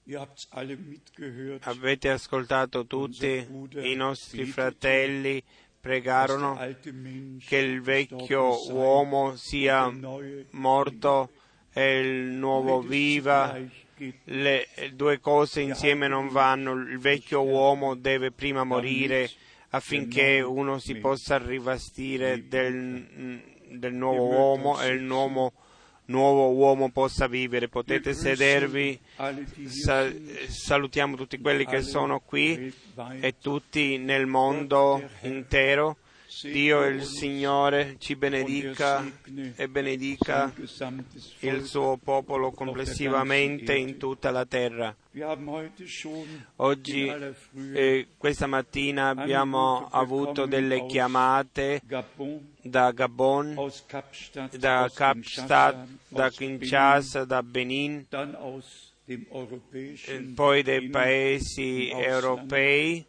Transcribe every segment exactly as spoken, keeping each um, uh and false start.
Avete ascoltato tutti, i nostri fratelli pregarono che il vecchio uomo sia morto e il nuovo viva. Le due cose insieme non vanno. Il vecchio uomo deve prima morire affinché uno si possa rivestire del, del nuovo uomo e il nuovo, nuovo uomo possa vivere. Potete sedervi. Sa- salutiamo tutti quelli che sono qui e tutti nel mondo intero. Dio il Signore ci benedica e benedica il suo popolo complessivamente in tutta la terra. Oggi, eh, questa mattina, abbiamo avuto delle chiamate da Gabon, da Kapstadt, da Kinshasa, da Benin, eh, poi dei paesi europei.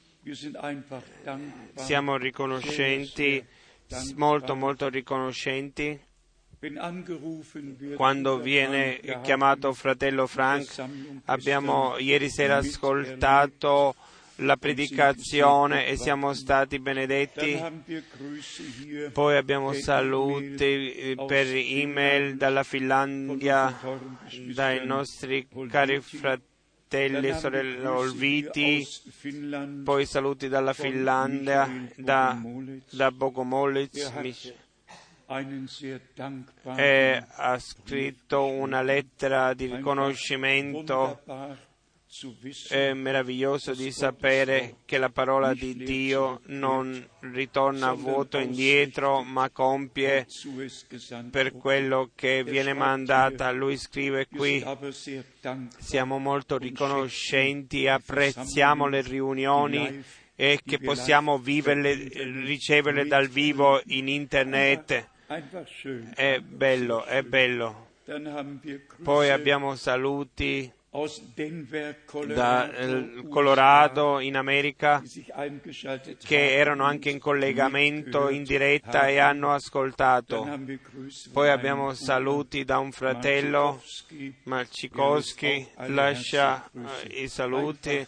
Siamo riconoscenti, molto molto riconoscenti. Quando viene chiamato fratello Frank, abbiamo ieri sera ascoltato la predicazione e siamo stati benedetti. Poi abbiamo saluti per email dalla Finlandia, dai nostri cari fratelli e sorelle Olviti, poi saluti dalla Finlandia, da, da Bogomolec, e ha scritto una lettera di riconoscimento. È meraviglioso di sapere che la parola di Dio non ritorna a vuoto indietro, ma compie per quello che viene mandata. Lui scrive qui: siamo molto riconoscenti, apprezziamo le riunioni e che possiamo viverle, riceverle dal vivo in internet. È bello, è bello. Poi abbiamo saluti da Colorado in America che erano anche in collegamento in diretta e hanno ascoltato. Poi abbiamo saluti da un fratello, Marcikowski, lascia i saluti,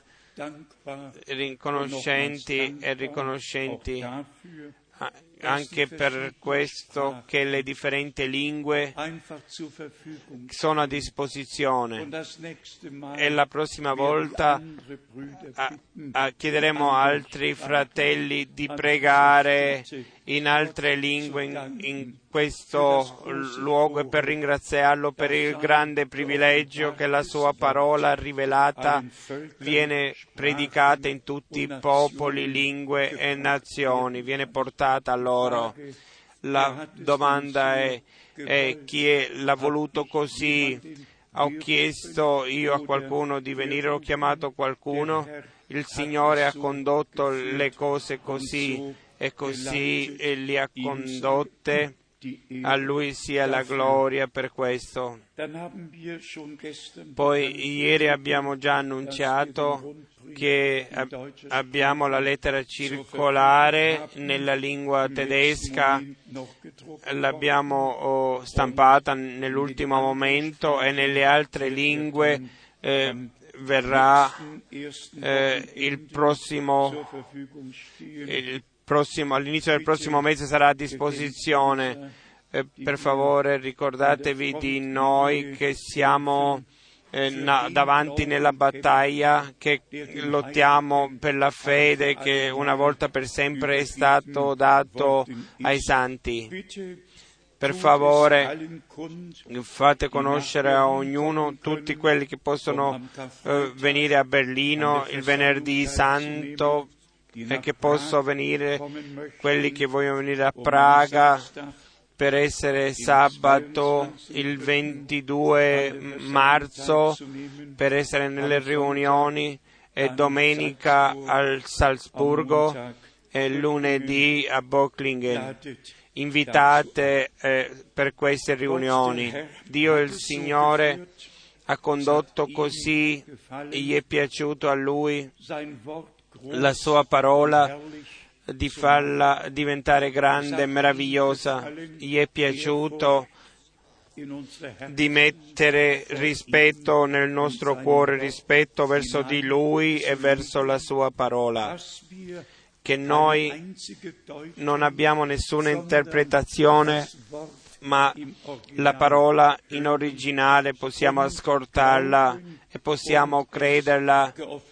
riconoscenti e riconoscenti anche per questo che le differenti lingue sono a disposizione, e la prossima volta a, a chiederemo a altri fratelli di pregare in altre lingue in, in questo luogo e per ringraziarlo per il grande privilegio che la sua parola rivelata viene predicata in tutti i popoli, lingue e nazioni, viene portata a loro. La domanda è, è chi è, l'ha voluto così? Ho chiesto io a qualcuno di venire, ho chiamato qualcuno, il Signore ha condotto le cose così e così e li ha condotte. A Lui sia la gloria per questo. Poi ieri abbiamo già annunciato che abbiamo la lettera circolare nella lingua tedesca, l'abbiamo stampata nell'ultimo momento, e nelle altre lingue eh, verrà eh, il prossimo il Prossimo, all'inizio del prossimo mese sarà a disposizione. Eh, per favore ricordatevi di noi che siamo eh, na, davanti nella battaglia, che lottiamo per la fede che una volta per sempre è stato dato ai santi. Per favore fate conoscere a ognuno, tutti quelli che possono eh, venire a Berlino il venerdì santo, e che posso venire, quelli che vogliono venire a Praga per essere sabato il ventidue marzo, per essere nelle riunioni, e domenica al Salzburgo e lunedì a Bocklingen. Invitate eh, per queste riunioni. Dio il Signore ha condotto così, gli è piaciuto a Lui la sua parola di farla diventare grande e meravigliosa. Gli è piaciuto di mettere rispetto nel nostro cuore, rispetto verso di Lui e verso la Sua parola, che noi non abbiamo nessuna interpretazione, ma la parola in originale possiamo ascoltarla e possiamo crederla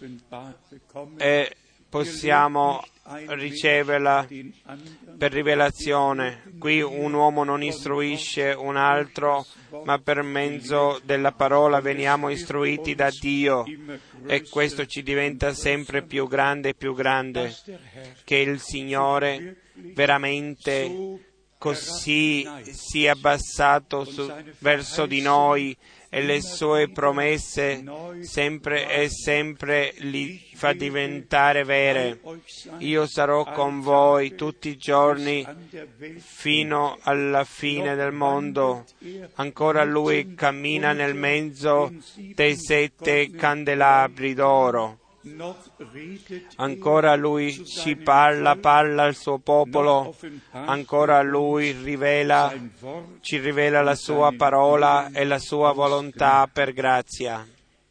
e possiamo riceverla per rivelazione. Qui un uomo non istruisce un altro, ma per mezzo della parola veniamo istruiti da Dio, e questo ci diventa sempre più grande e più grande, che il Signore veramente così si è abbassato su, verso di noi, e le sue promesse sempre e sempre li fa diventare vere. Io sarò con voi tutti i giorni fino alla fine del mondo. Ancora Lui cammina nel mezzo dei sette candelabri d'oro. Ancora Lui ci parla, parla al suo popolo, ancora Lui rivela, ci rivela la sua parola e la sua volontà per grazia.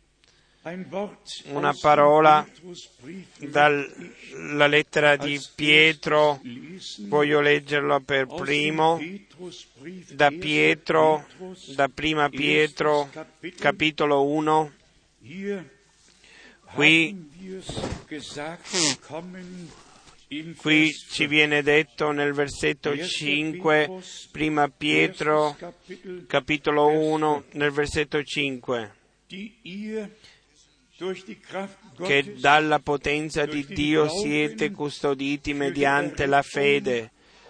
Una parola dalla lettera di Pietro, voglio leggerlo per primo, da Pietro, da prima Pietro, capitolo uno. Qui, qui ci viene detto nel versetto cinque, prima Pietro, capitolo uno, nel versetto cinque, che dalla potenza di Dio siete custoditi mediante la fede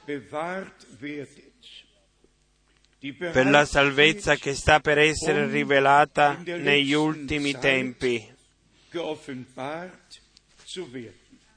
per la salvezza che sta per essere rivelata negli ultimi tempi. Geoffenbart zu werden,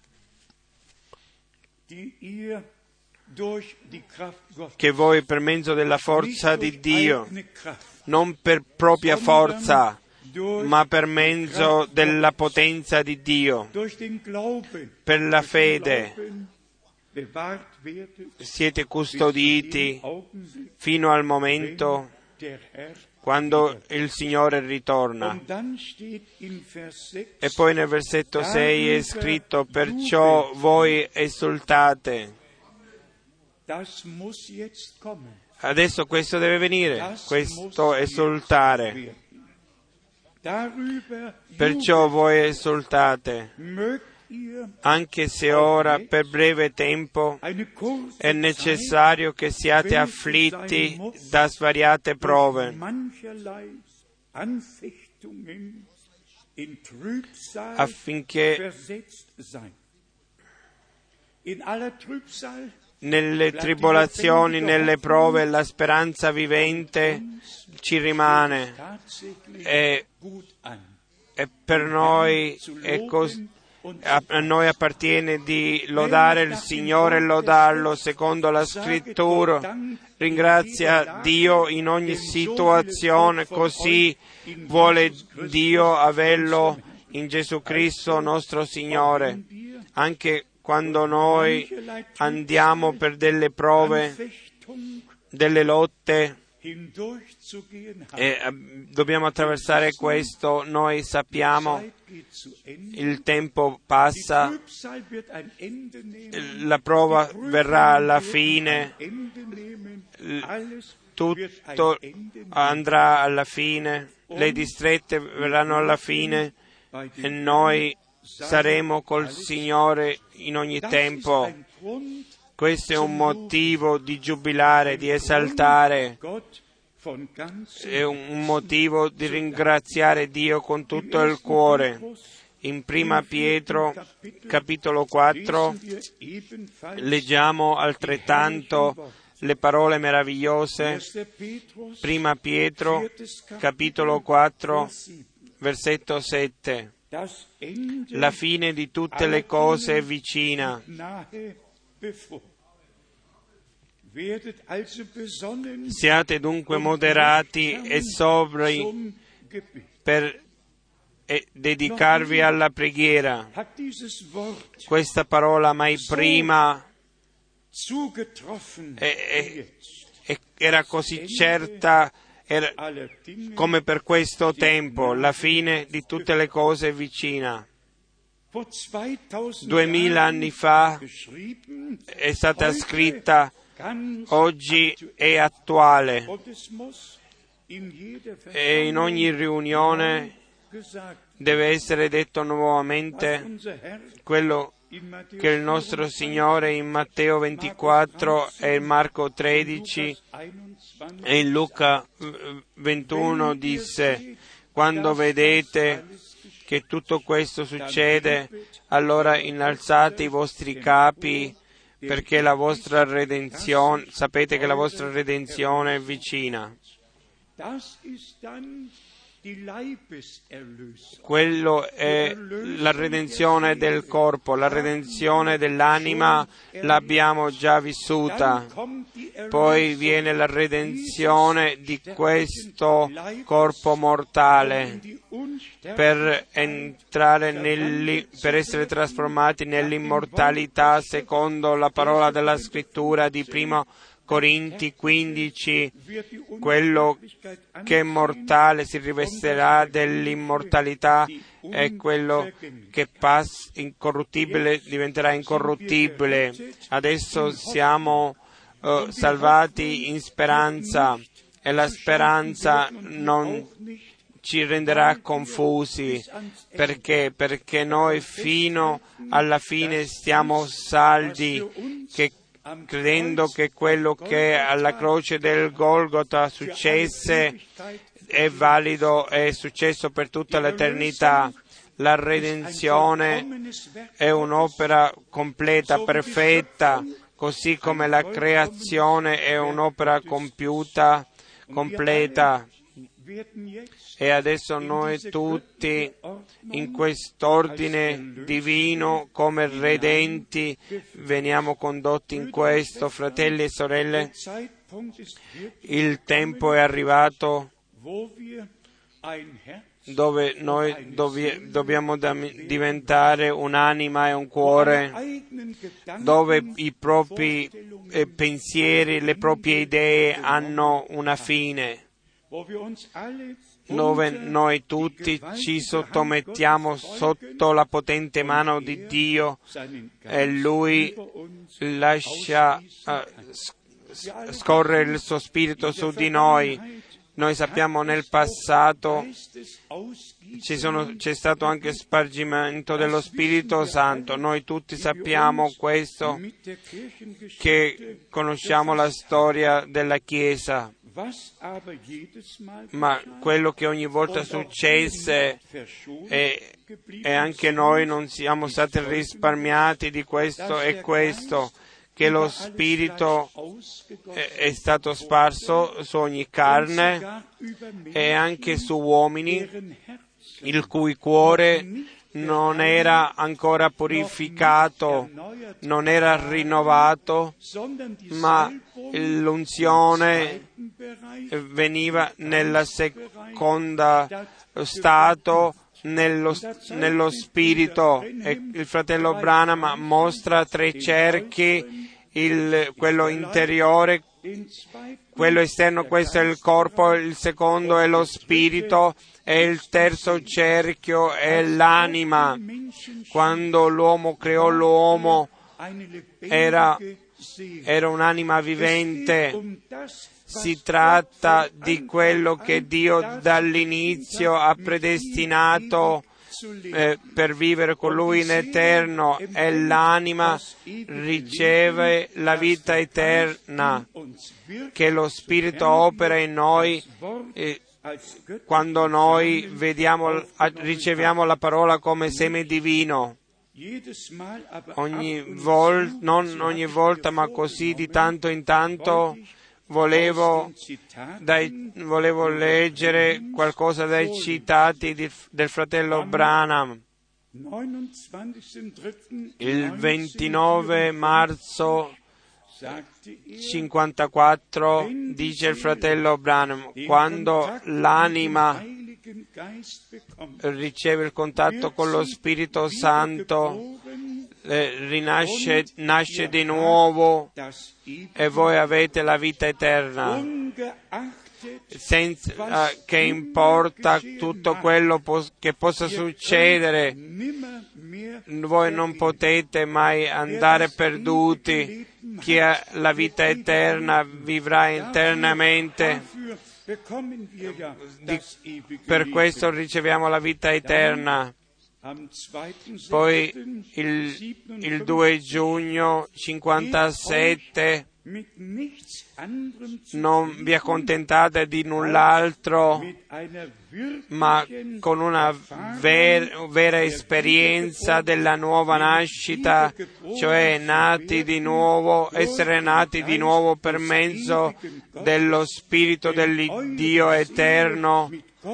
die ihr durch die Kraft Gottes, che voi per mezzo della forza di Dio, eigene Kraft, non per propria forza, ma per mezzo della potenza di Dio, durch den Glauben, per la fede, bewahrt werdet, siete custoditi fino al momento der Herr. quando il Signore ritorna. Und dann steht in Vers sechs, E poi nel versetto sei è scritto: perciò voi esultate. das muss jetzt kommen. Adesso questo deve venire, Das questo muss esultare. jetzt werden. Darüber Perciò voi esultate, mögt ihr anche se ora per breve tempo eine kurze è necessario che siate afflitti da svariate prove, mancherlei Anfechtungen in Trübsal affinché versetzt sein. In aller Trübsal nelle tribolazioni, nelle prove, la speranza vivente ci rimane, tatsächlich e, gut an. e per noi è così. A noi appartiene di lodare il Signore e lodarlo secondo la Scrittura. Ringrazia Dio in ogni situazione, così vuole Dio averlo in Gesù Cristo nostro Signore. Anche quando noi andiamo per delle prove, delle lotte, e dobbiamo attraversare questo, noi sappiamo il tempo passa, la prova verrà alla fine, tutto andrà alla fine, le distrette verranno alla fine e noi saremo col Signore in ogni tempo. Questo è un motivo di giubilare, di esaltare, è un motivo di ringraziare Dio con tutto il cuore. In prima Pietro, capitolo quattro, leggiamo altrettanto le parole meravigliose. Prima Pietro, capitolo quattro, versetto sette. La fine di tutte le cose è vicina. Siate dunque moderati e sobri per dedicarvi alla preghiera. Questa parola mai prima e, e, e era così certa era come per questo tempo, la fine di tutte le cose è vicina. Duemila anni fa è stata scritta, oggi è attuale, e in ogni riunione deve essere detto nuovamente quello che il nostro Signore in Matteo ventiquattro e in Marco tredici e in Luca ventuno disse: quando vedete che tutto questo succede, allora innalzate i vostri capi, perché la vostra redenzione, sapete che la vostra redenzione è vicina. Quello è la redenzione del corpo, la redenzione dell'anima l'abbiamo già vissuta. Poi viene la redenzione di questo corpo mortale per entrare nel, per essere trasformati nell'immortalità secondo la parola della scrittura di primo Corinti quindici, quello che è mortale si rivestirà dell'immortalità e quello che passa incorruttibile diventerà incorruttibile. Adesso siamo uh, salvati in speranza, e la speranza non ci renderà confusi. Perché? Perché noi fino alla fine stiamo saldi, che credendo che quello che alla croce del Golgota successe è valido, è successo per tutta l'eternità. La redenzione è un'opera completa, perfetta, così come la creazione è un'opera compiuta, completa. E adesso noi tutti in quest'ordine divino come redenti veniamo condotti in questo. Fratelli e sorelle, il tempo è arrivato dove noi dovi- dobbiamo da- diventare un'anima e un cuore, dove i propri eh, pensieri, le proprie idee hanno una fine, dove noi tutti ci sottomettiamo sotto la potente mano di Dio e Lui lascia uh, scorrere il suo spirito su di noi. Noi sappiamo nel passato ci sono, c'è stato anche spargimento dello Spirito Santo. Noi tutti sappiamo questo, che conosciamo la storia della Chiesa. Ma quello che ogni volta successe, e, e anche noi non siamo stati risparmiati di questo e questo, che lo Spirito è, è stato sparso su ogni carne e anche su uomini il cui cuore non era ancora purificato, non era rinnovato, ma l'unzione veniva nella seconda stato, nello, nello spirito. E il fratello Branham mostra tre cerchi, il, quello interiore, quello esterno, questo è il corpo, il secondo è lo spirito e il terzo cerchio è l'anima. Quando l'uomo creò l'uomo era, era un'anima vivente. Si tratta di quello che Dio dall'inizio ha predestinato eh, per vivere con Lui in eterno, e l'anima riceve la vita eterna che lo Spirito opera in noi eh, quando noi vediamo, riceviamo la parola come seme divino. Ogni volta, non ogni volta, ma così di tanto in tanto, Volevo, dai, volevo leggere qualcosa dai citati di, del fratello Branham. Il ventinove marzo cinquantaquattro dice il fratello Branham: quando l'anima riceve il contatto con lo Spirito Santo, eh, rinasce, nasce di nuovo, e voi avete la vita eterna, senza che importa tutto quello pos- che possa succedere. Voi non potete mai andare perduti. Chi ha la vita eterna vivrà eternamente. Di, per questo riceviamo la vita eterna. Poi il, il due giugno cinquantasette, non vi accontentate di null'altro, ma con una ver- vera esperienza della nuova nascita, cioè nati di nuovo, essere nati di nuovo per mezzo dello Spirito dell'Iddio eterno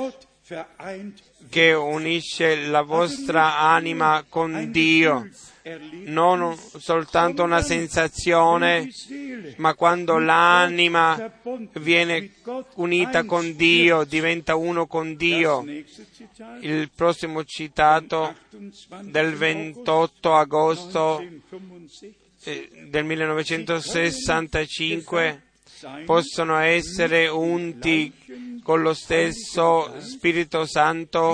che unisce la vostra anima con Dio. Non soltanto una sensazione, ma quando l'anima viene unita con Dio, diventa uno con Dio. Il prossimo citato del ventotto agosto del millenovecentosessantacinque, possono essere unti con lo stesso Spirito Santo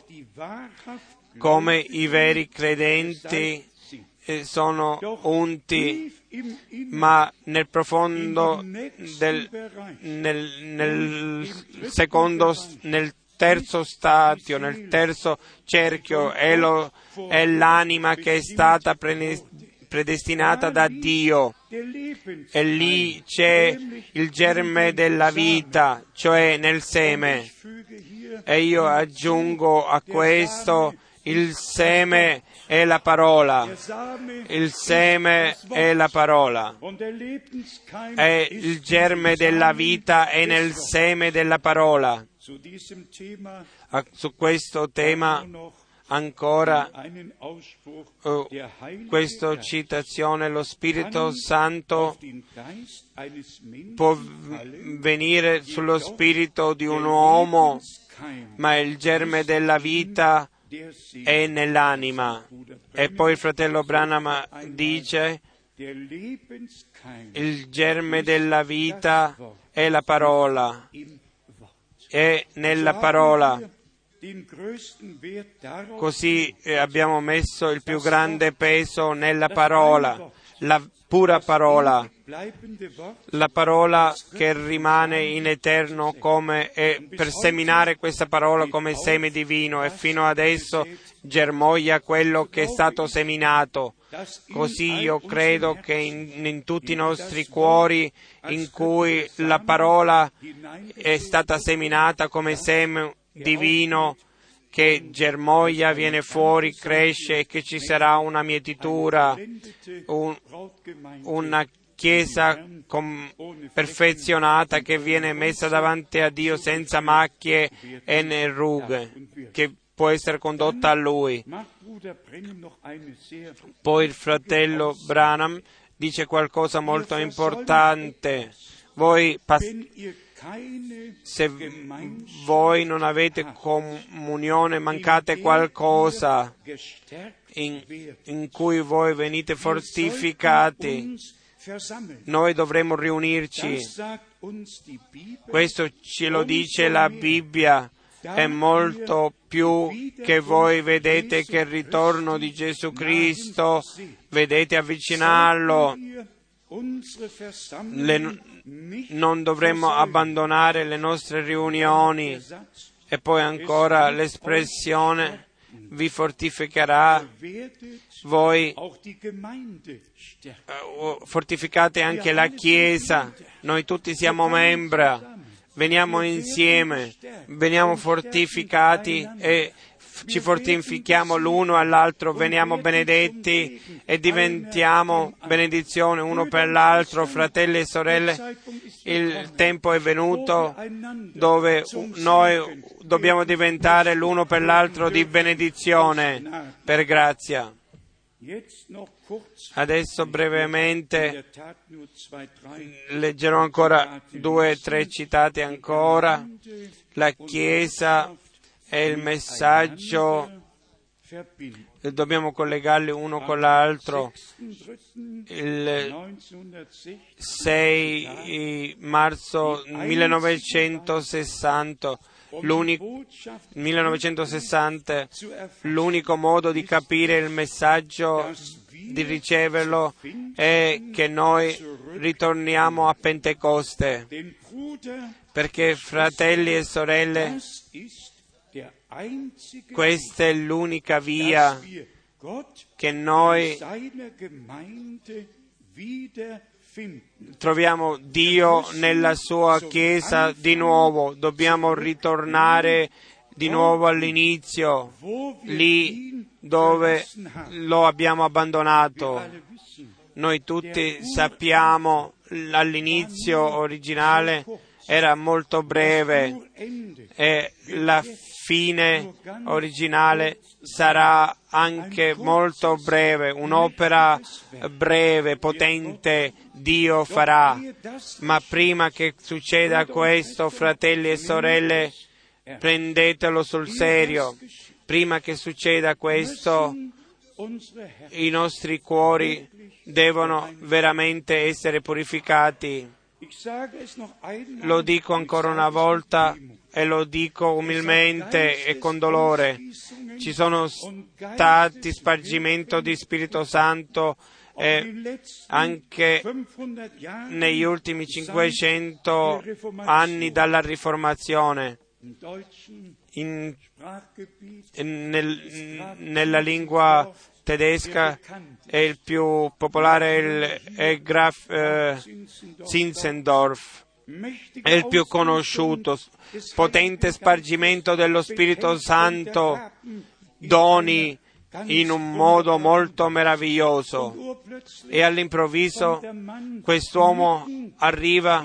come i veri credenti sono unti, ma nel profondo del nel, nel secondo nel terzo stadio, nel terzo cerchio, è, lo, è l'anima che è stata predestinata da Dio, e lì c'è il germe della vita, cioè nel seme. E io aggiungo a questo: il seme è la parola. Il seme è la parola. E il germe della vita è nel seme della parola. Su questo tema ancora uh, questa citazione: lo Spirito Santo può venire sullo spirito di un uomo, ma il germe della vita è nell'anima. E poi il fratello Branham dice: il germe della vita è la parola, è nella parola. Così abbiamo messo il più grande peso nella parola, la pura parola, la parola che rimane in eterno, come e per seminare questa parola come seme divino, e fino adesso germoglia quello che è stato seminato. Così io credo che in, in tutti i nostri cuori, in cui la parola è stata seminata come seme divino, che germoglia, viene fuori, cresce, e che ci sarà una mietitura, un, una Chiesa com- perfezionata che viene messa davanti a Dio senza macchie e né rughe, che può essere condotta a Lui. Poi il fratello Branham dice qualcosa molto importante. Voi pas- se voi non avete comunione, mancate qualcosa in, in cui voi venite fortificati. Noi dovremo riunirci. Questo ce lo dice la Bibbia. È molto più che voi vedete che il ritorno di Gesù Cristo, vedete avvicinarlo. Le, non dovremmo abbandonare le nostre riunioni. E poi ancora l'espressione: vi fortificherà. Voi uh, fortificate anche la Chiesa. Noi tutti siamo membra, veniamo insieme, veniamo fortificati e ci fortifichiamo l'uno all'altro, veniamo benedetti e diventiamo benedizione uno per l'altro. Fratelli e sorelle, il tempo è venuto dove noi dobbiamo diventare l'uno per l'altro di benedizione, per grazia. Adesso brevemente leggerò ancora due o tre citati ancora. La Chiesa è il messaggio dobbiamo collegarli uno con l'altro. Il sei marzo millenovecentosessanta, l'unico, millenovecentosessanta, l'unico modo di capire il messaggio, di riceverlo, è che noi ritorniamo a Pentecoste, perché, fratelli e sorelle, questa è l'unica via che noi troviamo Dio nella sua Chiesa di nuovo. Dobbiamo ritornare di nuovo all'inizio, lì dove lo abbiamo abbandonato. Noi tutti sappiamo, all'inizio originale era molto breve e la fine originale sarà anche molto breve, un'opera breve, potente Dio farà. Ma prima che succeda questo, fratelli e sorelle, prendetelo sul serio. Prima che succeda questo, i nostri cuori devono veramente essere purificati. Lo dico ancora una volta e lo dico umilmente e con dolore. Ci sono stati spargimento di Spirito Santo e anche negli ultimi cinquecento anni dalla Riformazione. In, nel, nella lingua tedesca è il più popolare il, è Graf eh, Zinzendorf, è il più conosciuto. Potente spargimento dello Spirito Santo, doni in un modo molto meraviglioso, e all'improvviso quest'uomo arriva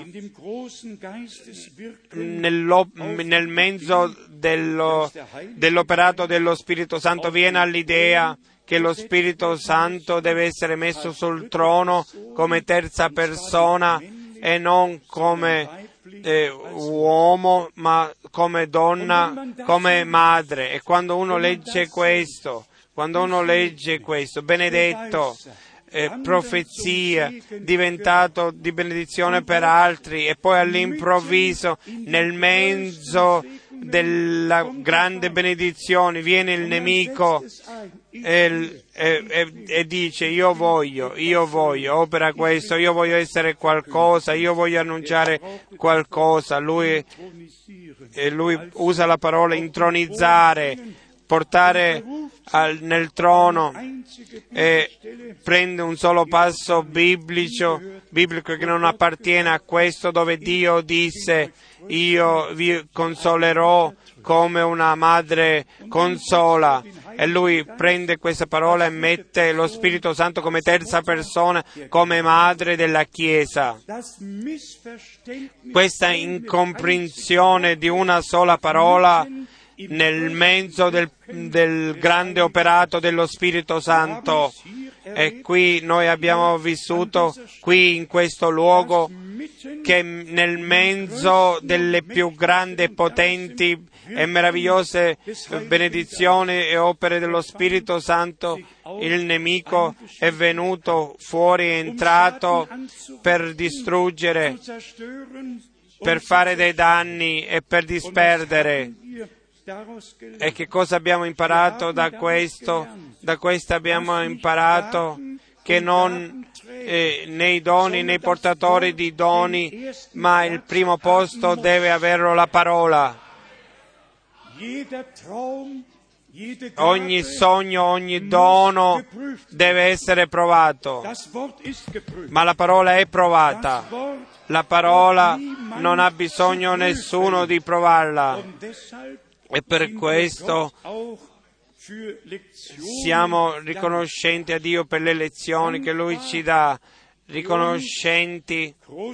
nel mezzo dello, dell'operato dello Spirito Santo, viene all'idea che lo Spirito Santo deve essere messo sul trono come terza persona e non come eh, uomo, ma come donna, come madre. E quando uno legge questo, quando uno legge questo, benedetto, eh, profezia, diventato di benedizione per altri, e poi all'improvviso, nel mezzo della grande benedizione, viene il nemico e, e, e, e dice: io voglio, io voglio, opera questo, io voglio essere qualcosa, io voglio annunciare qualcosa. Lui, e lui usa la parola intronizzare, portare al, nel trono, e prende un solo passo biblico, biblico che non appartiene a questo, dove Dio disse: io vi consolerò come una madre consola. E lui prende questa parola e mette lo Spirito Santo come terza persona, come madre della Chiesa. Questa incomprensione di una sola parola nel mezzo del, del grande operato dello Spirito Santo. E qui noi abbiamo vissuto, qui in questo luogo, che nel mezzo delle più grandi e potenti e meravigliose benedizioni e opere dello Spirito Santo, il nemico è venuto fuori, è entrato per distruggere, per fare dei danni e per disperdere. E che cosa abbiamo imparato da questo? Da questo abbiamo imparato che non eh, nei doni, nei portatori di doni, ma il primo posto deve averlo la parola. Ogni sogno, ogni dono deve essere provato, ma la parola è provata. La parola non ha bisogno nessuno di provarla. E per questo siamo riconoscenti a Dio per le lezioni che Lui ci dà, riconoscenti.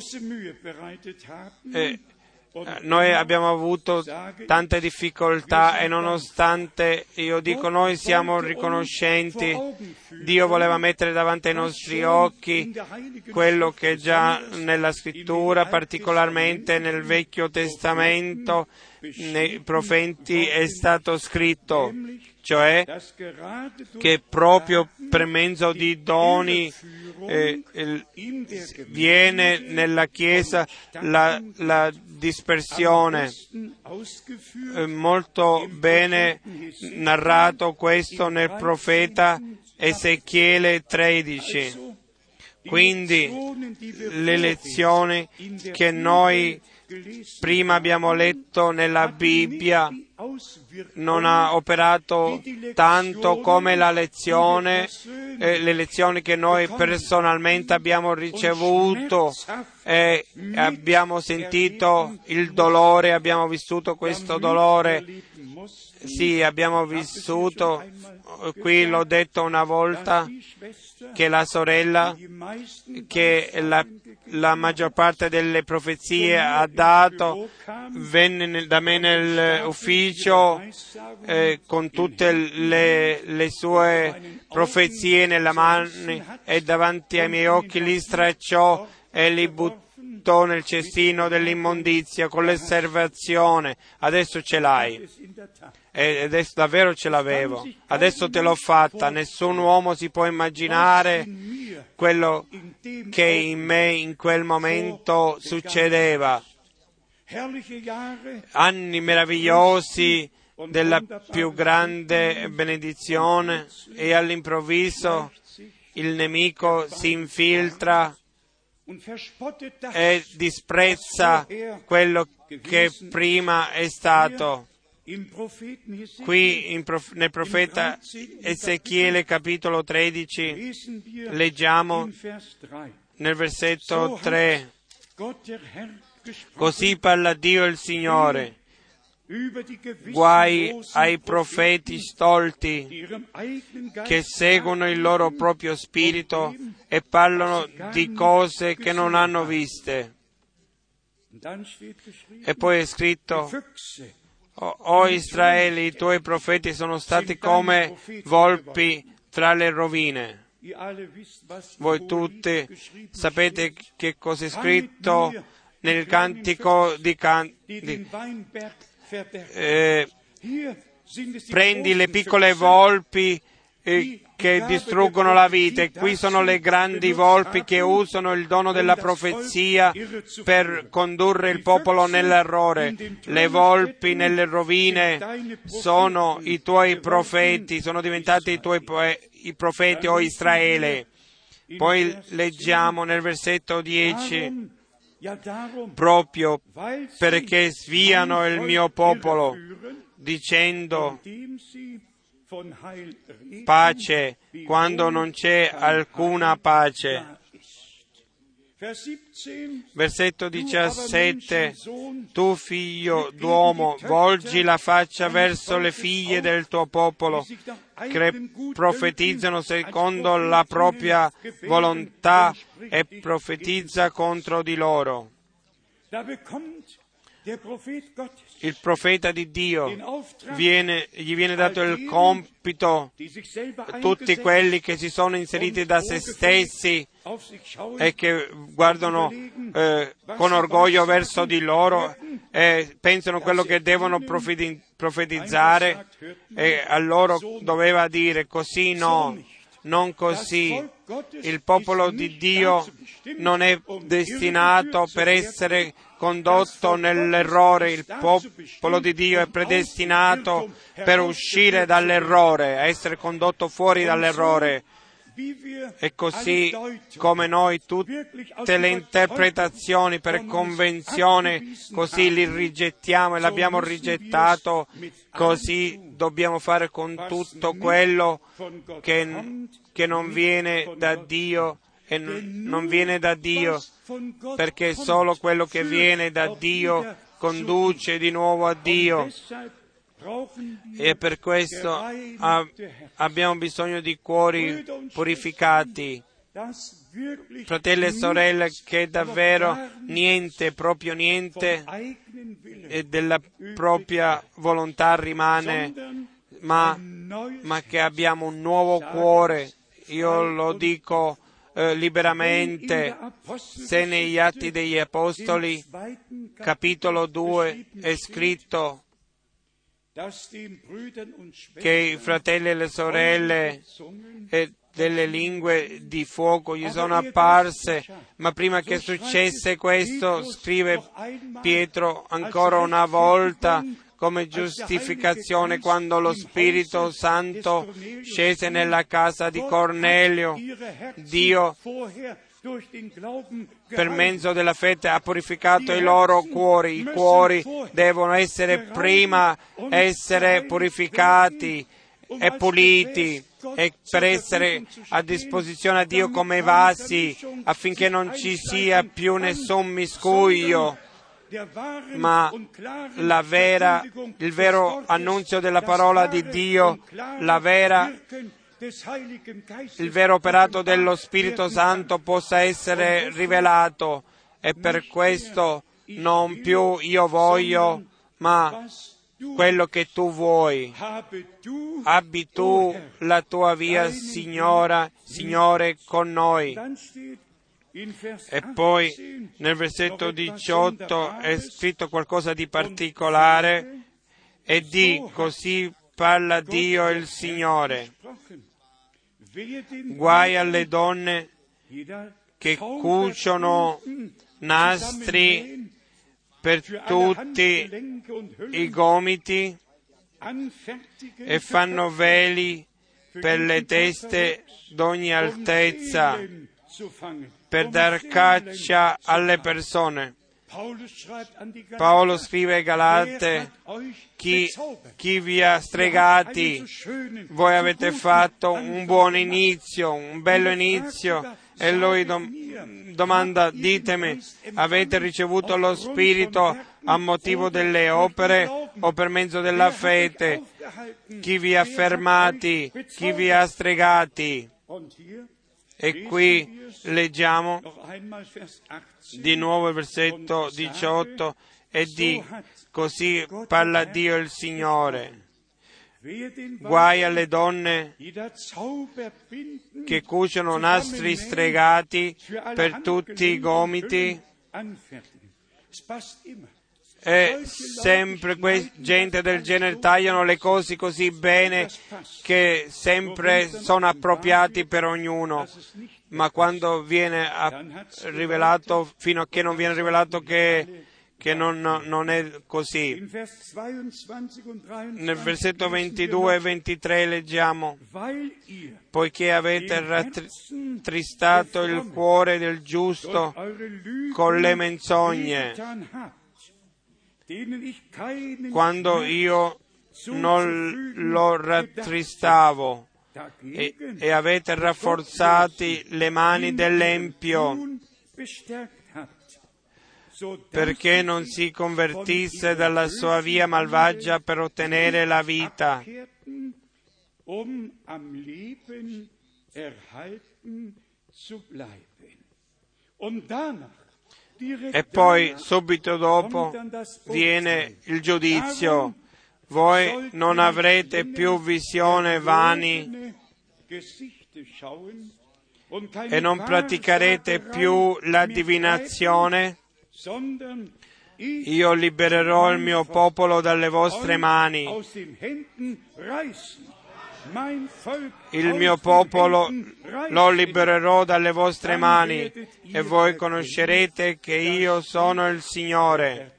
Eh, noi abbiamo avuto tante difficoltà e nonostante, io dico, noi siamo riconoscenti. Dio voleva mettere davanti ai nostri occhi quello che già nella Scrittura, particolarmente nel Vecchio Testamento, nei profeti, è stato scritto, cioè che proprio per mezzo di doni eh, il, viene nella Chiesa la, la dispersione. Eh, molto bene narrato questo nel profeta Ezechiele tredici. Quindi le lezioni che noi prima abbiamo letto nella Bibbia non ha operato tanto come la lezione, eh, le lezioni che noi personalmente abbiamo ricevuto e abbiamo sentito il dolore, abbiamo vissuto questo dolore. Sì, abbiamo vissuto, qui l'ho detto una volta, che la sorella che la, la maggior parte delle profezie ha dato venne da me nell'ufficio eh, con tutte le, le sue profezie nella mano e davanti ai miei occhi li stracciò e li buttò nel cestino dell'immondizia con l'osservazione: adesso ce l'hai. E adesso davvero ce l'avevo, adesso te l'ho fatta. Nessun uomo si può immaginare quello che in me in quel momento succedeva. Anni meravigliosi della più grande benedizione, e all'improvviso il nemico si infiltra e disprezza quello che prima è stato. Qui in prof, nel profeta Ezechiele capitolo tredici leggiamo nel versetto tre: così parla Dio il Signore, guai ai profeti stolti che seguono il loro proprio spirito e parlano di cose che non hanno viste. E poi è scritto: O, o Israele, i tuoi profeti sono stati come volpi tra le rovine. Voi tutti sapete che cosa è scritto nel cantico di, can- di eh, prendi le piccole volpi eh, che distruggono la vita, e qui sono le grandi volpi che usano il dono della profezia per condurre il popolo nell'errore. Le volpi nelle rovine sono i tuoi profeti, sono diventati i tuoi i profeti, o Israele. Poi leggiamo nel versetto dieci: proprio perché sviano il mio popolo, dicendo pace quando non c'è alcuna pace. Versetto diciassette: tu figlio d'uomo, volgi la faccia verso le figlie del tuo popolo, che profetizzano secondo la propria volontà, e profetizza contro di loro. Il profeta di Dio, viene, gli viene dato il compito, tutti quelli che si sono inseriti da se stessi e che guardano eh, con orgoglio verso di loro e pensano quello che devono profetizzare, e a loro doveva dire: così no, non così. Il popolo di Dio non è destinato per essere condotto nell'errore, il popolo di Dio è predestinato per uscire dall'errore, a essere condotto fuori dall'errore. E così come noi tutte le interpretazioni per convenzione così li rigettiamo e l'abbiamo rigettato, così dobbiamo fare con tutto quello che, che non viene da Dio, e non viene da Dio, perché solo quello che viene da Dio conduce di nuovo a Dio. E per questo ah, abbiamo bisogno di cuori purificati, fratelli e sorelle, che davvero niente, proprio niente della propria volontà rimane, ma, ma che abbiamo un nuovo cuore. Io lo dico eh, liberamente. Se negli Atti degli Apostoli, capitolo due, è scritto che i fratelli e le sorelle e delle lingue di fuoco gli sono apparse, ma prima che successe questo, scrive Pietro ancora una volta, come giustificazione, quando lo Spirito Santo scese nella casa di Cornelio, Dio per mezzo della fede ha purificato i loro cuori. I cuori devono essere prima essere purificati e puliti, e per essere a disposizione a Dio come vasi, affinché non ci sia più nessun miscuglio, ma la vera, il vero annunzio della parola di Dio, la vera, il vero operato dello Spirito Santo possa essere rivelato. E per questo non più io voglio, ma quello che tu vuoi. Abbi tu la tua via, Signora, Signore, con noi. E poi nel versetto diciotto è scritto qualcosa di particolare, e di così parla Dio il Signore. Guai alle donne che cuciono nastri per tutti i gomiti e fanno veli per le teste d'ogni altezza, per dar caccia alle persone. Paolo scrive ai Galate: chi, chi vi ha stregati, voi avete fatto un buon inizio, un bello inizio. E lui dom- domanda, ditemi, avete ricevuto lo Spirito a motivo delle opere o per mezzo della fede? Chi vi ha fermati, chi vi ha stregati? E qui leggiamo di nuovo il versetto diciotto, e di così parla Dio il Signore. Guai alle donne che cuciono nastri stregati per tutti i gomiti. E sempre que- gente del genere tagliano le cose così bene che sempre sono appropriati per ognuno, ma quando viene a- rivelato, fino a che non viene rivelato che, che non, non è così. Nel versetto ventidue e ventitré leggiamo: poiché avete rattristato il cuore del giusto con le menzogne, quando io non lo rattristavo, e, e avete rafforzati le mani dell'empio, perché non si convertisse dalla sua via malvagia per ottenere la vita. E poi subito dopo viene il giudizio. Voi non avrete più visione vani e non praticherete più la divinazione. Io libererò il mio popolo dalle vostre mani. Il mio popolo lo libererò dalle vostre mani, e voi conoscerete che io sono il Signore.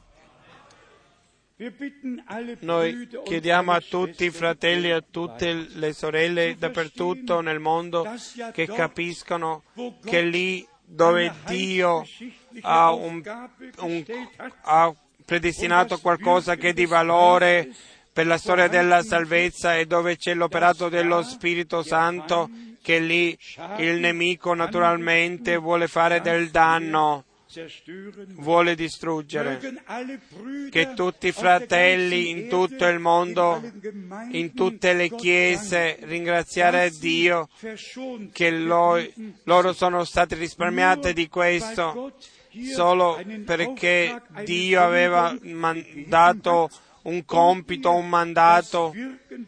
Noi chiediamo a tutti i fratelli e a tutte le sorelle dappertutto nel mondo che capiscano che lì dove Dio ha, un, un, ha predestinato qualcosa che è di valore per la storia della salvezza, e dove c'è l'operato dello Spirito Santo, che lì il nemico naturalmente vuole fare del danno, vuole distruggere. Che tutti i fratelli in tutto il mondo, in tutte le chiese, ringraziare Dio che lo, loro sono stati risparmiati di questo, solo perché Dio aveva mandato un compito, un mandato,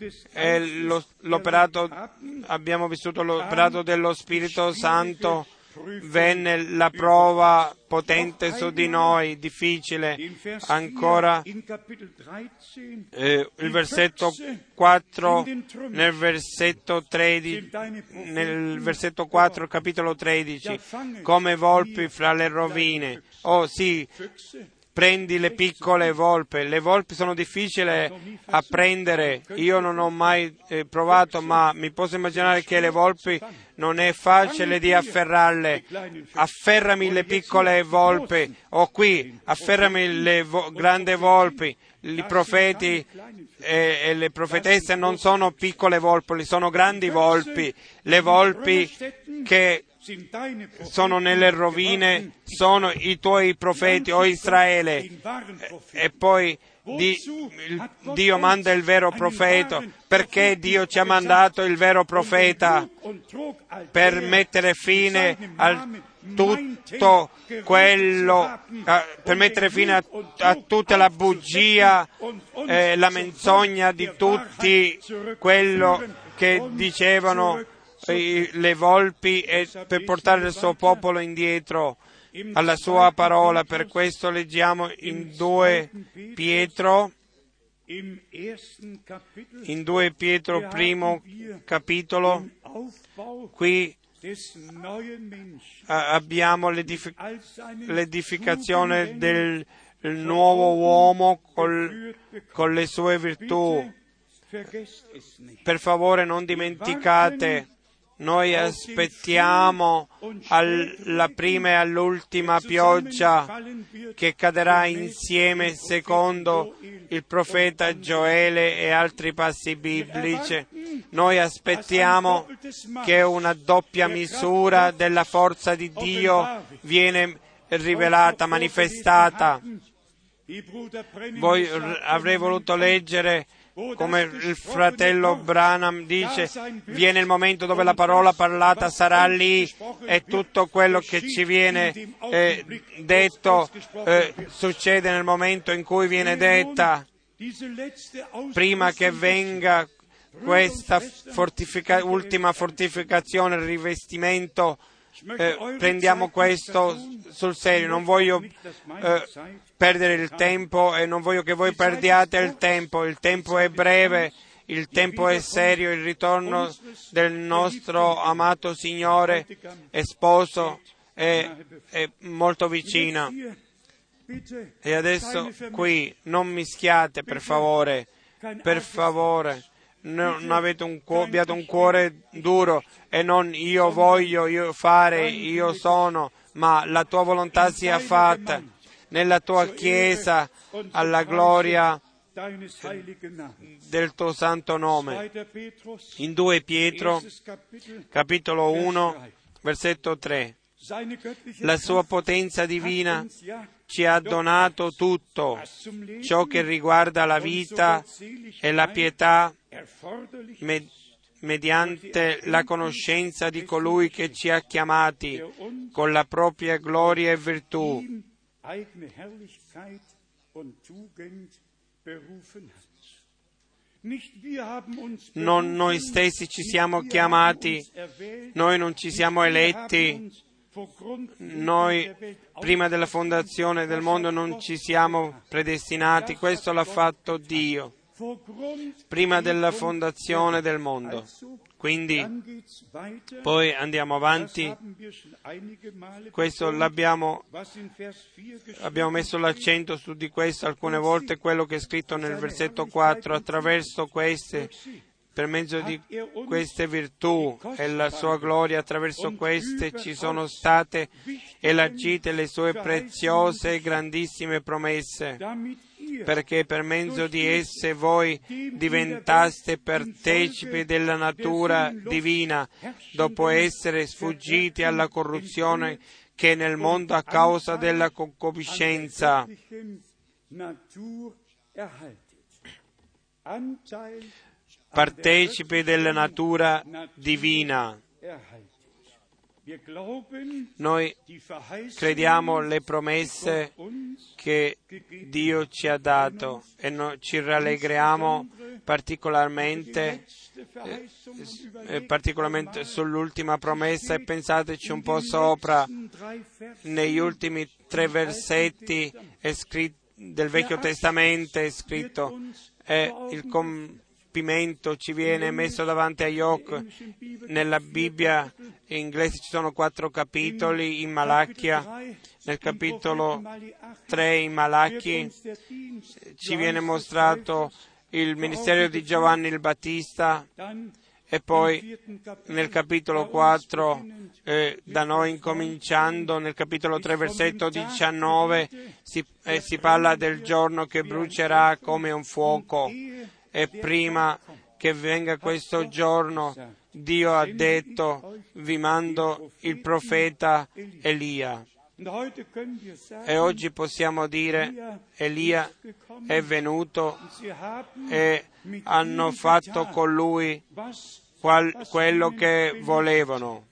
e lo, l'operato, abbiamo vissuto l'operato dello Spirito Santo venne la prova potente su di noi, difficile. Ancora eh, il versetto quattro, nel versetto tredici, nel versetto quattro, capitolo tredici, come volpi fra le rovine. Oh sì, prendi le piccole volpe. Le volpi sono difficili a prendere. Io non ho mai eh, provato, ma mi posso immaginare che le volpi non è facile di afferrarle. Afferrami le piccole volpi. O qui, afferrami le vo- grandi volpi. I profeti e, e le profetesse non sono piccole volpi, sono grandi volpi. Le volpi che sono nelle rovine, sono i tuoi profeti, o Israele. E poi di, il, Dio manda il vero profeta. Perché Dio ci ha mandato il vero profeta? Per mettere fine a tutto quello, a, per mettere fine a, a tutta la bugia, eh, la menzogna di tutti quello che dicevano le volpi, e per portare il suo popolo indietro alla sua parola. Per questo leggiamo in due Pietro, in due Pietro primo capitolo, qui abbiamo l'edific- l'edificazione del nuovo uomo col, con le sue virtù. Per favore non dimenticate, noi aspettiamo alla prima e all'ultima pioggia che cadrà insieme secondo il profeta Gioele e altri passi biblici. Noi aspettiamo che una doppia misura della forza di Dio viene rivelata, manifestata. Voi avrei voluto leggere come il fratello Branham dice, viene il momento dove la parola parlata sarà lì e tutto quello che ci viene eh, detto eh, succede nel momento in cui viene detta. Prima che venga questa fortifica- ultima fortificazione, il rivestimento, eh, prendiamo questo sul serio. Non voglio eh, perdere il tempo e non voglio che voi perdiate il tempo. Il tempo è breve, il tempo è serio, il ritorno del nostro amato Signore e Sposo è, è molto vicino. E adesso qui non mischiate, per favore, per favore. Non avete un, cu- abbiate un cuore duro e non io voglio, io fare, io sono, ma la tua volontà sia fatta nella tua Chiesa alla gloria del tuo santo nome. In due Pietro, capitolo uno, versetto tre. La sua potenza divina ci ha donato tutto ciò che riguarda la vita e la pietà med- mediante la conoscenza di colui che ci ha chiamati con la propria gloria e virtù. Non noi stessi ci siamo chiamati, noi non ci siamo eletti, noi prima della fondazione del mondo non ci siamo predestinati, questo l'ha fatto Dio, prima della fondazione del mondo. Quindi, poi andiamo avanti, questo l'abbiamo, abbiamo messo l'accento su di questo alcune volte, quello che è scritto nel versetto quattro, attraverso queste, per mezzo di queste virtù e la sua gloria, attraverso queste ci sono state elargite le sue preziose e grandissime promesse, perché per mezzo di esse voi diventaste partecipi della natura divina, dopo essere sfuggiti alla corruzione che è nel mondo a causa della concupiscenza. Partecipi della natura divina. Noi crediamo le promesse che Dio ci ha dato e no, ci rallegriamo particolarmente, eh, particolarmente sull'ultima promessa, e pensateci un po' sopra, negli ultimi tre versetti è scritto, del Vecchio Testamento è scritto, e il compimento ci viene messo davanti agli occhi. Nella Bibbia in inglese ci sono quattro capitoli, in Malachia, nel capitolo tre in Malachi ci viene mostrato il ministero di Giovanni il Battista, e poi nel capitolo quattro, eh, da noi incominciando, nel capitolo tre, versetto diciannove, si, eh, si parla del giorno che brucerà come un fuoco. E prima che venga questo giorno, Dio ha detto: vi mando il profeta Elia. E oggi possiamo dire: Elia è venuto e hanno fatto con lui qual, quello che volevano.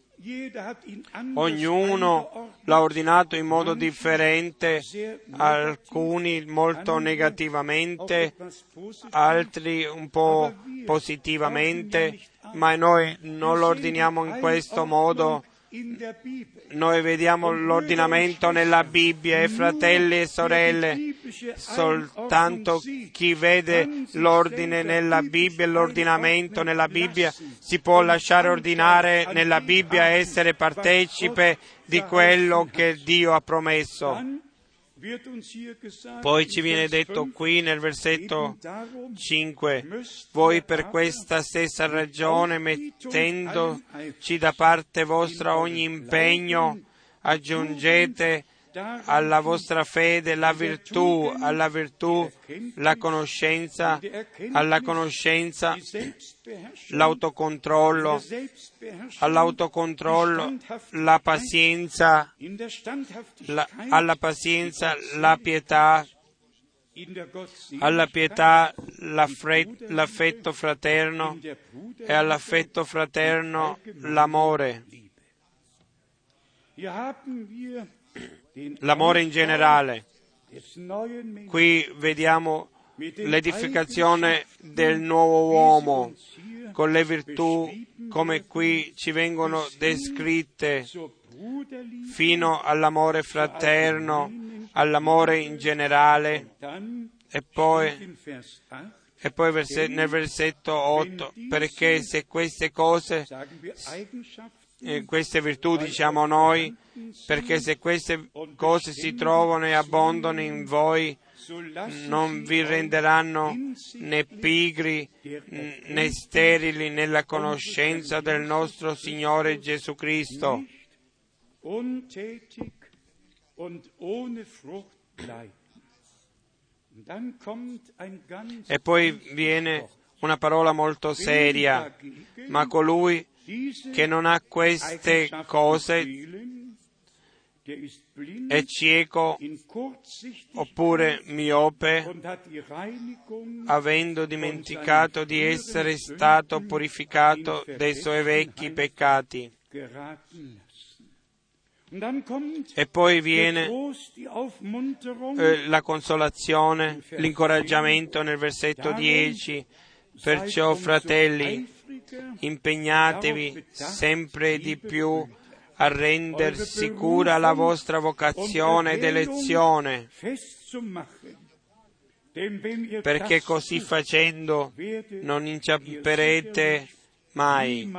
Ognuno l'ha ordinato in modo differente, alcuni molto negativamente, altri un po' positivamente, ma noi non lo ordiniamo in questo modo. Noi vediamo l'ordinamento nella Bibbia, e fratelli e sorelle, soltanto chi vede l'ordine nella Bibbia e l'ordinamento nella Bibbia si può lasciare ordinare nella Bibbia e essere partecipe di quello che Dio ha promesso. Poi ci viene detto qui nel versetto cinque: voi per questa stessa ragione, mettendoci da parte vostra ogni impegno, aggiungete alla vostra fede la virtù, alla virtù la conoscenza, alla conoscenza l'autocontrollo, all'autocontrollo la pazienza, la, alla pazienza la pietà, alla pietà l'affetto fraterno, e all'affetto fraterno l'amore. L'amore in generale. Qui vediamo l'edificazione del nuovo uomo con le virtù come qui ci vengono descritte, fino all'amore fraterno, all'amore in generale. E poi, e poi nel versetto otto: perché se queste cose, eh, queste virtù diciamo noi, perché se queste cose si trovano e abbondano in voi, non vi renderanno né pigri né sterili nella conoscenza del nostro Signore Gesù Cristo. E poi viene una parola molto seria: ma colui che non ha queste cose è cieco oppure miope, avendo dimenticato di essere stato purificato dai suoi vecchi peccati. E poi viene eh, la consolazione, l'incoraggiamento nel versetto dieci: perciò, fratelli, impegnatevi sempre di più a render sicura la vostra vocazione ed elezione, perché così facendo non inciamperete mai.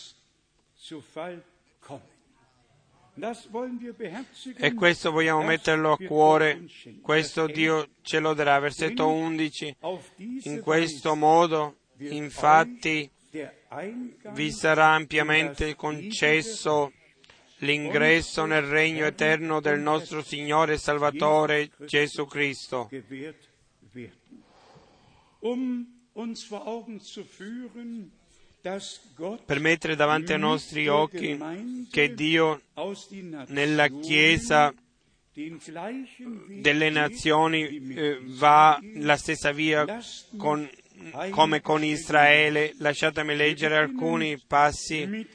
E questo vogliamo metterlo a cuore, questo Dio ce lo darà. Versetto undici: in questo modo, infatti, vi sarà ampiamente concesso l'ingresso nel regno eterno del nostro Signore e Salvatore Gesù Cristo. Per mettere davanti ai nostri occhi che Dio nella Chiesa delle nazioni eh, va la stessa via con come con Israele. Lasciatemi leggere alcuni passi.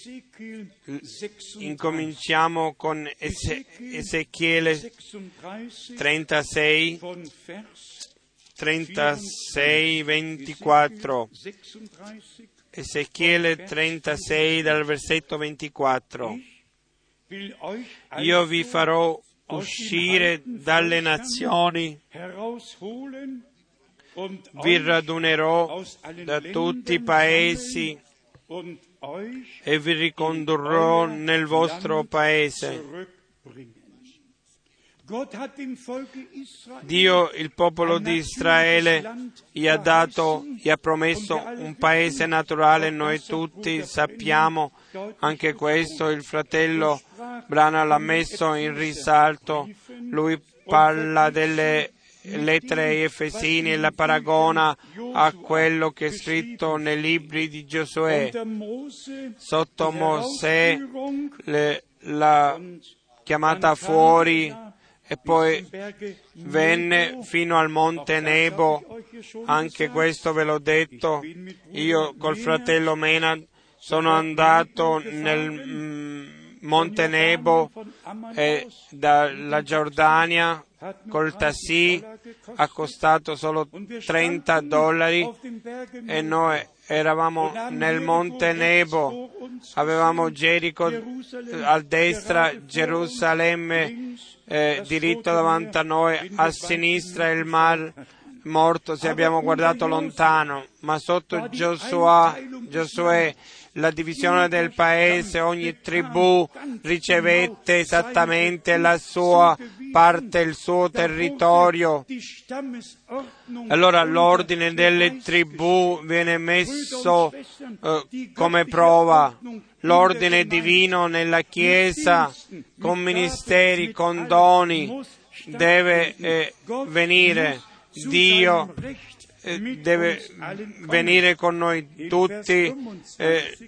Incominciamo con Ezechiele trentasei, trentasei, ventiquattro. Ezechiele trentasei dal versetto ventiquattro. Io vi farò uscire dalle nazioni, vi radunerò da tutti i paesi e vi ricondurrò nel vostro paese. Dio, il popolo di Israele, gli ha dato, gli ha promesso un paese naturale. Noi tutti sappiamo anche questo. Il fratello Branham l'ha messo in risalto. Lui parla delle lettere ai Efesini e la paragona a quello che è scritto nei libri di Giosuè. Sotto Mosè le, la chiamata fuori, e poi venne fino al monte Nebo. Anche questo ve l'ho detto. Io col fratello Mena sono andato nel mm, monte Nebo e dalla Giordania col tassì, ha costato solo trenta dollari, e noi eravamo nel monte Nebo, avevamo Gerico a destra, Gerusalemme eh, diritto davanti a noi, a sinistra il mar morto se abbiamo guardato lontano, ma sotto Giosuè, Giosuè la divisione del paese, ogni tribù ricevette esattamente la sua parte, il suo territorio. Allora l'ordine delle tribù viene messo eh, come prova. L'ordine divino nella Chiesa, con ministeri, con doni, deve eh, venire. Dio eh, deve venire con noi tutti eh,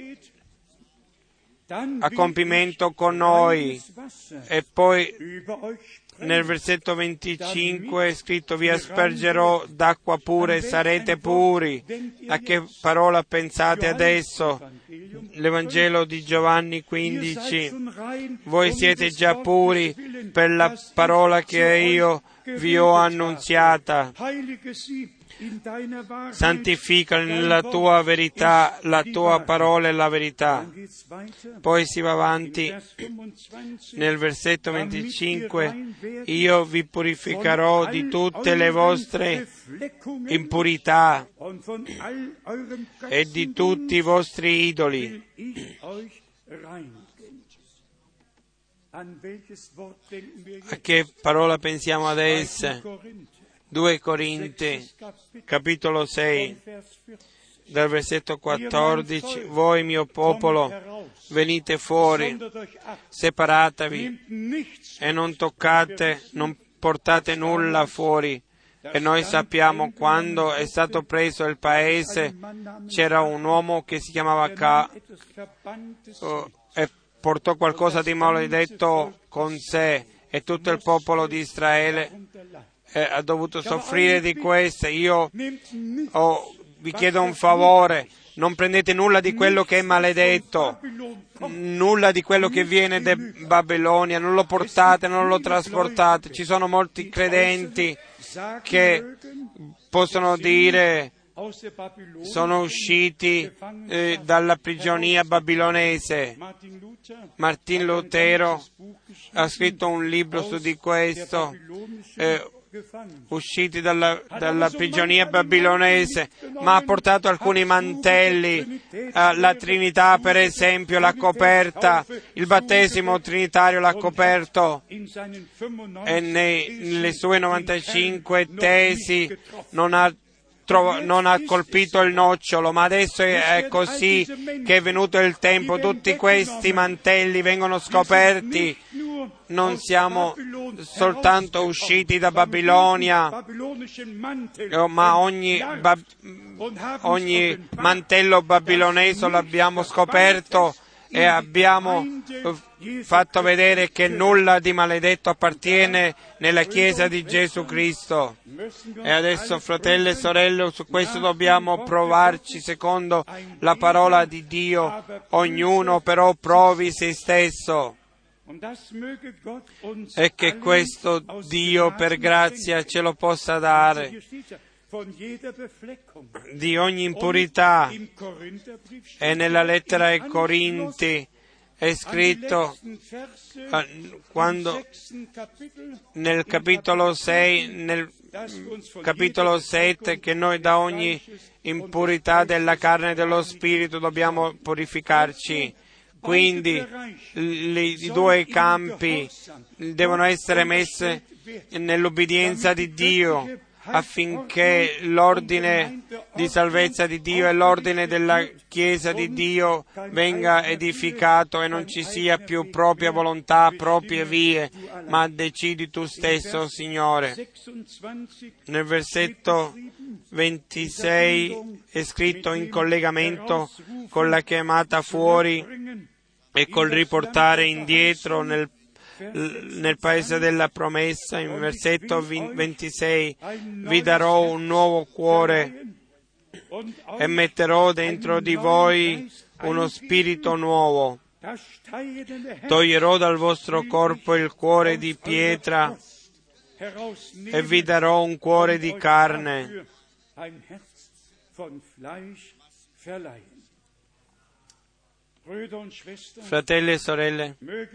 a compimento con noi. E poi nel versetto venticinque è scritto: vi aspergerò d'acqua pure, sarete puri. A che parola pensate adesso? L'Evangelo di Giovanni quindici. Voi siete già puri per la parola che io vi ho annunziata. Santificali nella tua verità, la tua parola è la verità. Poi si va avanti nel versetto venticinque: io vi purificherò di tutte le vostre impurità e di tutti i vostri idoli. A che parola pensiamo adesso? due Corinzi, capitolo sei, dal versetto quattordici: voi, mio popolo, venite fuori, separatevi e non toccate, non portate nulla fuori. E noi sappiamo, quando è stato preso il paese, c'era un uomo che si chiamava Ca uh, e portò qualcosa di maledetto con sé, e tutto il popolo di Israele eh, ha dovuto soffrire di questo. Io oh, vi chiedo un favore: non prendete nulla di quello che è maledetto, nulla di quello che viene da Babilonia, non lo portate, non lo trasportate. Ci sono molti credenti che possono dire: sono usciti eh, dalla prigionia babilonese. Martin Lutero ha scritto un libro su di questo, eh, usciti dalla, dalla prigionia babilonese, ma ha portato alcuni mantelli. Eh, la Trinità, per esempio, l'ha coperta, il battesimo trinitario l'ha coperto, e nei, nelle sue novantacinque tesi non ha non ha colpito il nocciolo, ma adesso è così che è venuto il tempo, tutti questi mantelli vengono scoperti. Non siamo soltanto usciti da Babilonia, ma ogni, ba- ogni mantello babilonese l'abbiamo scoperto e abbiamo fatto vedere che nulla di maledetto appartiene nella Chiesa di Gesù Cristo. E adesso, fratelli e sorelle, su questo dobbiamo provarci secondo la parola di Dio. Ognuno però provi se stesso. E che questo Dio per grazia ce lo possa dare di ogni impurità. E nella lettera ai Corinti è scritto quando nel capitolo sei, nel capitolo sette, che noi da ogni impurità della carne e dello spirito dobbiamo purificarci. Quindi i due campi devono essere messi nell'obbedienza di Dio, affinché l'ordine di salvezza di Dio e l'ordine della Chiesa di Dio venga edificato e non ci sia più propria volontà, proprie vie, ma decidi tu stesso, Signore. Nel versetto ventisei è scritto in collegamento con la chiamata fuori e col riportare indietro nel nel paese della promessa. In versetto ventisei: vi darò un nuovo cuore e metterò dentro di voi uno spirito nuovo. Toglierò dal vostro corpo il cuore di pietra e vi darò un cuore di carne. Fratelli e sorelle,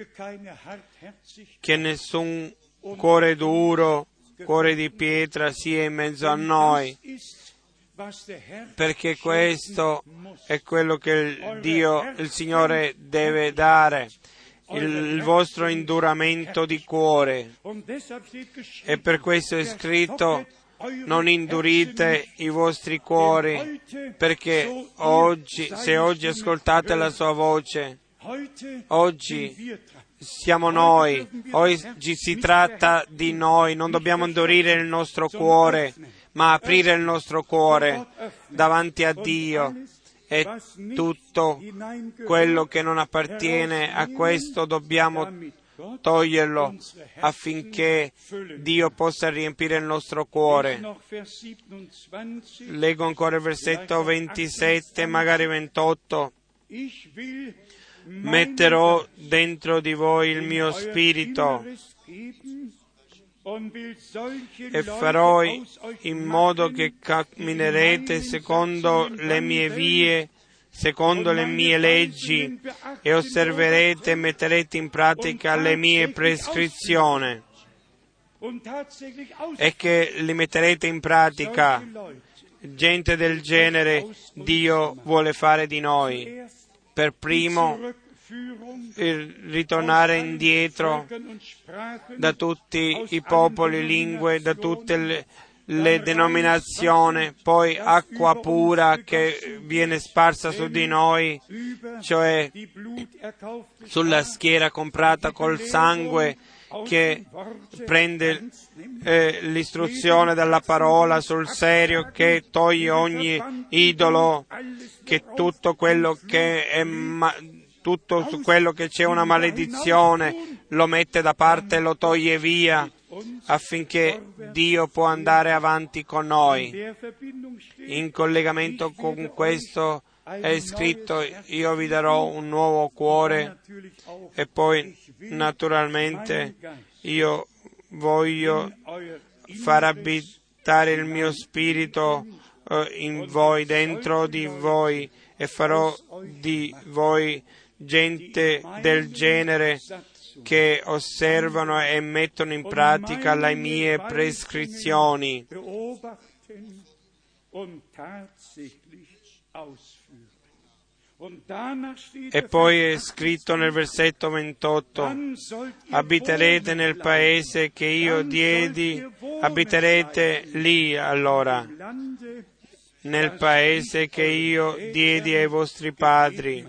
che nessun cuore duro, cuore di pietra sia in mezzo a noi, perché questo è quello che il Dio, il Signore deve dare, il, il vostro induramento di cuore. E per questo è scritto: non indurite i vostri cuori, perché oggi, se oggi ascoltate la sua voce, oggi siamo noi, oggi si tratta di noi, non dobbiamo indurire il nostro cuore, ma aprire il nostro cuore davanti a Dio, e tutto quello che non appartiene a questo dobbiamo toglierlo affinché Dio possa riempire il nostro cuore. Leggo ancora il versetto ventisette, magari ventotto. Metterò dentro di voi il mio spirito e farò in modo che camminerete secondo le mie vie, secondo le mie leggi, e osserverete e metterete in pratica le mie prescrizioni, e che li metterete in pratica. Gente del genere Dio vuole fare di noi. Per primo, il ritornare indietro da tutti i popoli, lingue, da tutte le le denominazioni, poi acqua pura che viene sparsa su di noi, cioè sulla schiera comprata col sangue, che prende eh, l'istruzione dalla parola sul serio, che toglie ogni idolo, che tutto quello che è ma- tutto su quello che c'è una maledizione lo mette da parte e lo toglie via, affinché Dio può andare avanti con noi. In collegamento con questo è scritto: io vi darò un nuovo cuore, e poi naturalmente io voglio far abitare il mio spirito eh, in voi, dentro di voi, e farò di voi gente del genere che osservano e mettono in pratica le mie prescrizioni. E poi è scritto nel versetto ventotto: abiterete nel paese che io diedi, abiterete lì allora, nel paese che io diedi ai vostri padri.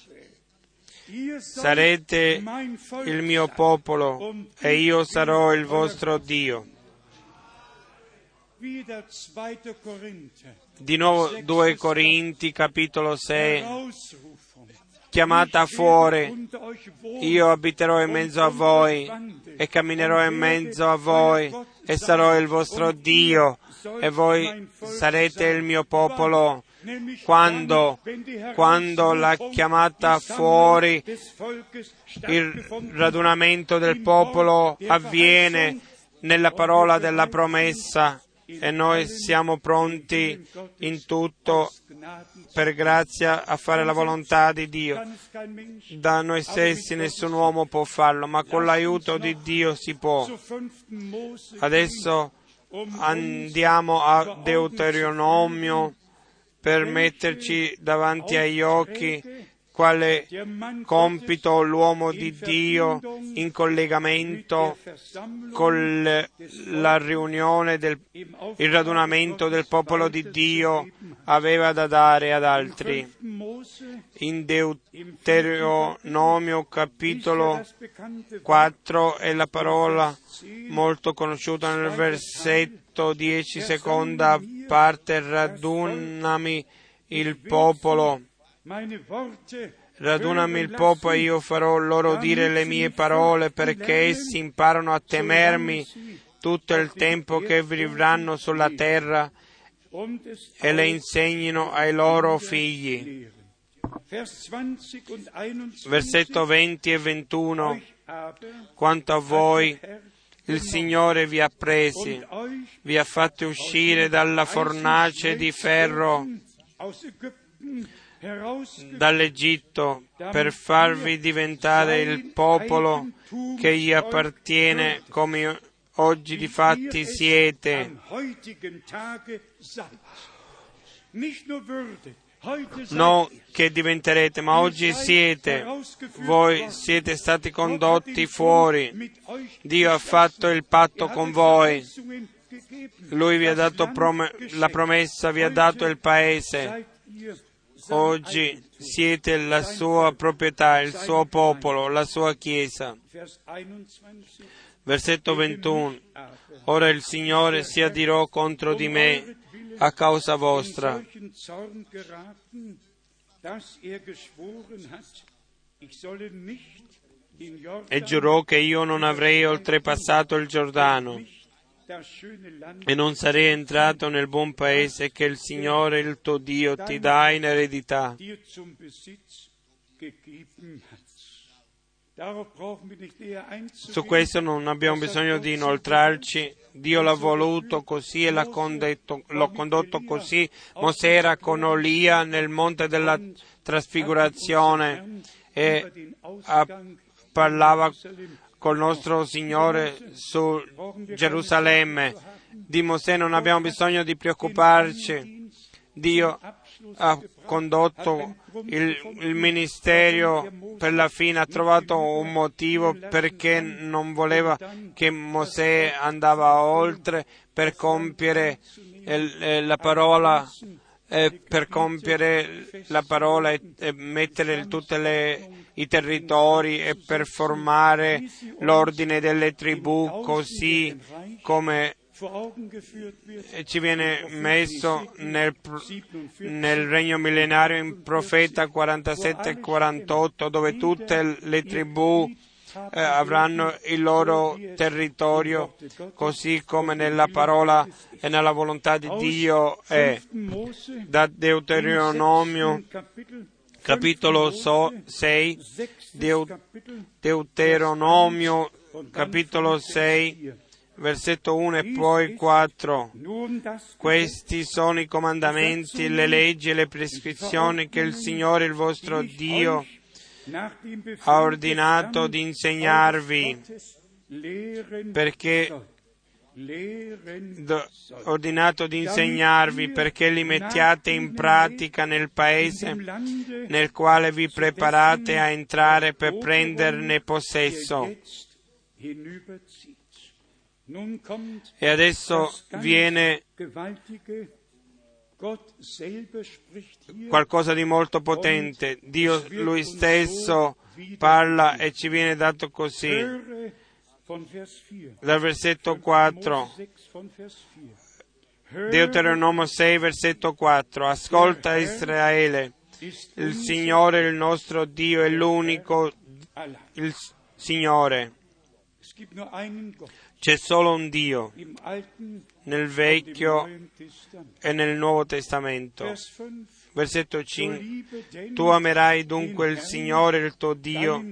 Sarete il mio popolo e io sarò il vostro Dio. Di nuovo due Corinti capitolo sei, chiamata fuori, io abiterò in mezzo a voi e camminerò in mezzo a voi e sarò il vostro Dio e voi sarete il mio popolo. Quando, quando la chiamata fuori, il radunamento del popolo avviene nella parola della promessa e noi siamo pronti in tutto per grazia a fare la volontà di Dio. Da noi stessi nessun uomo può farlo, ma con l'aiuto di Dio si può. Adesso andiamo a Deuteronomio per metterci davanti agli occhi quale compito l'uomo di Dio in collegamento con la riunione, del, il radunamento del popolo di Dio aveva da dare ad altri. In Deuteronomio capitolo quattro è la parola molto conosciuta nel versetto dieci, seconda parte: radunami il popolo. Radunami il popolo e io farò loro dire le mie parole, perché essi imparano a temermi tutto il tempo che vivranno sulla terra e le insegnino ai loro figli. Versetto venti e ventuno: quanto a voi, il Signore vi ha presi, vi ha fatti uscire dalla fornace di ferro dall'Egitto per farvi diventare il popolo che gli appartiene, come oggi difatti siete. Non che diventerete, ma oggi siete. Voi siete stati condotti fuori. Dio ha fatto il patto con voi. Lui vi ha dato prom- la promessa, vi ha dato il paese. Oggi siete la sua proprietà, il suo popolo, la sua Chiesa. Versetto ventuno. Ora il Signore si adirò contro di me a causa vostra. E giurò che io non avrei oltrepassato il Giordano e non sarei entrato nel buon paese che il Signore, il tuo Dio, ti dà in eredità. Su questo non abbiamo bisogno di inoltrarci. Dio l'ha voluto così e l'ha condotto, l'ha condotto così. Mosè era con Olia nel monte della trasfigurazione e a, parlava col nostro Signore su Gerusalemme. Di Mosè non abbiamo bisogno di preoccuparci. Dio ha condotto il, il ministero per la fine, ha trovato un motivo perché non voleva che Mosè andava oltre per compiere eh, la parola, eh, per compiere la parola e, e mettere tutti i territori e per formare l'ordine delle tribù, così come ci viene messo nel, nel regno millenario in Profeta quarantasette e quarantotto, dove tutte le tribù eh, avranno il loro territorio, così come nella parola e nella volontà di Dio è. Da Deuteronomio capitolo sei, Deuteronomio capitolo sei, versetto uno e poi quattro. Questi sono i comandamenti, le leggi e le prescrizioni che il Signore, il vostro Dio, ha ordinato di insegnarvi, perché do, ordinato di insegnarvi perché li mettiate in pratica nel paese nel quale vi preparate a entrare per prenderne possesso. E adesso viene qualcosa di molto potente. Dio Lui stesso parla e ci viene dato così. Dal versetto quattro. Deuteronomio sei, versetto quattro. Ascolta Israele, Il Signore, il nostro Dio, è l'unico, il Signore. C'è solo un Dio nel Vecchio e nel Nuovo Testamento. Versetto cinque. Tu amerai dunque il Signore, il tuo Dio,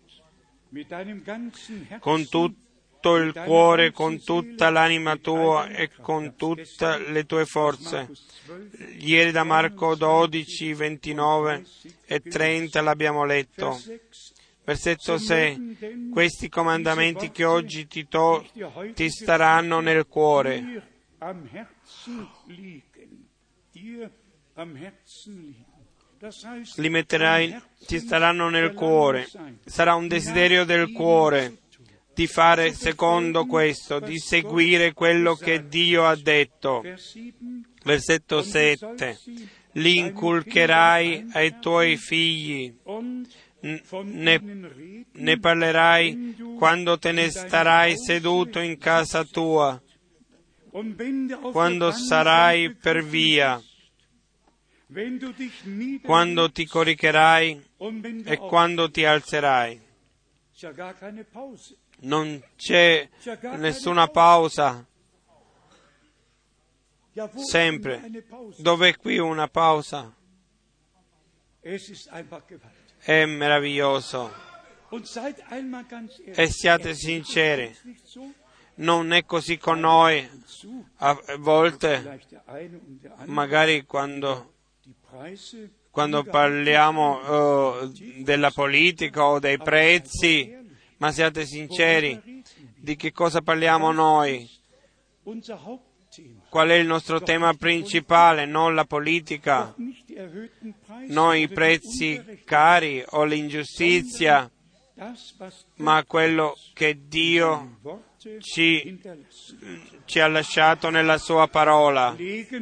con tutto il cuore, con tutta l'anima tua e con tutte le tue forze. Ieri da Marco dodici, ventinove e trenta l'abbiamo letto. Versetto sei. Questi comandamenti che oggi ti, to- ti staranno nel cuore. Li metterai, ti staranno nel cuore. Sarà un desiderio del cuore di fare secondo questo, di seguire quello che Dio ha detto. Versetto sette. Li inculcherai ai tuoi figli. Ne, ne parlerai quando te ne starai seduto in casa tua, quando sarai per via, quando ti coricherai e quando ti alzerai. Non c'è nessuna pausa. Sempre. Dov'è qui una pausa? È meraviglioso. E siate sinceri, non è così con noi. A volte, magari quando, quando parliamo uh, della politica o dei prezzi, ma siate sinceri, di che cosa parliamo noi? Qual è il nostro tema principale? Non la politica, non i prezzi cari o l'ingiustizia, ma quello che Dio ci, ci ha lasciato nella Sua parola.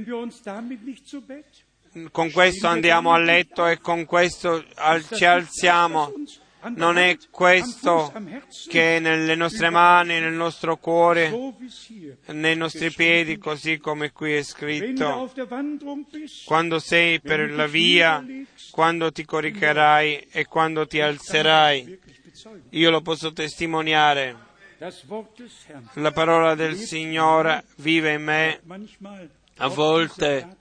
Con questo andiamo a letto e con questo ci alziamo. Non è questo che è nelle nostre mani, nel nostro cuore, nei nostri piedi, così come qui è scritto. Quando sei per la via, quando ti coricherai e quando ti alzerai. Io lo posso testimoniare. La parola del Signore vive in me. A volte,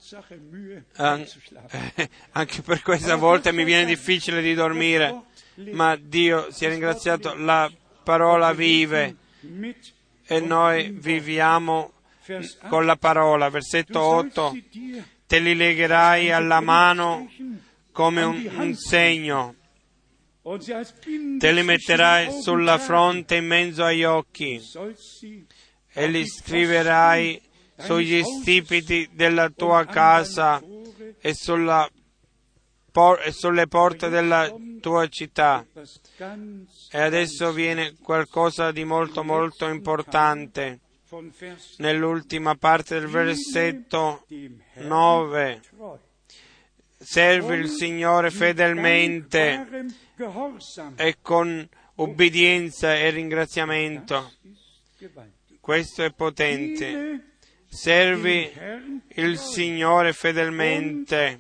anche per questa volta mi viene difficile di dormire. Ma Dio sia ringraziato, la parola vive e noi viviamo con la parola. Versetto otto, te li legherai alla mano come un, un segno, te li metterai sulla fronte in mezzo agli occhi e li scriverai sugli stipiti della tua casa e sulla e sulle porte della tua città. E adesso viene qualcosa di molto molto importante. Nell'ultima parte del versetto nove. Servi il Signore fedelmente e con ubbidienza e ringraziamento. Questo è potente. Servi il Signore fedelmente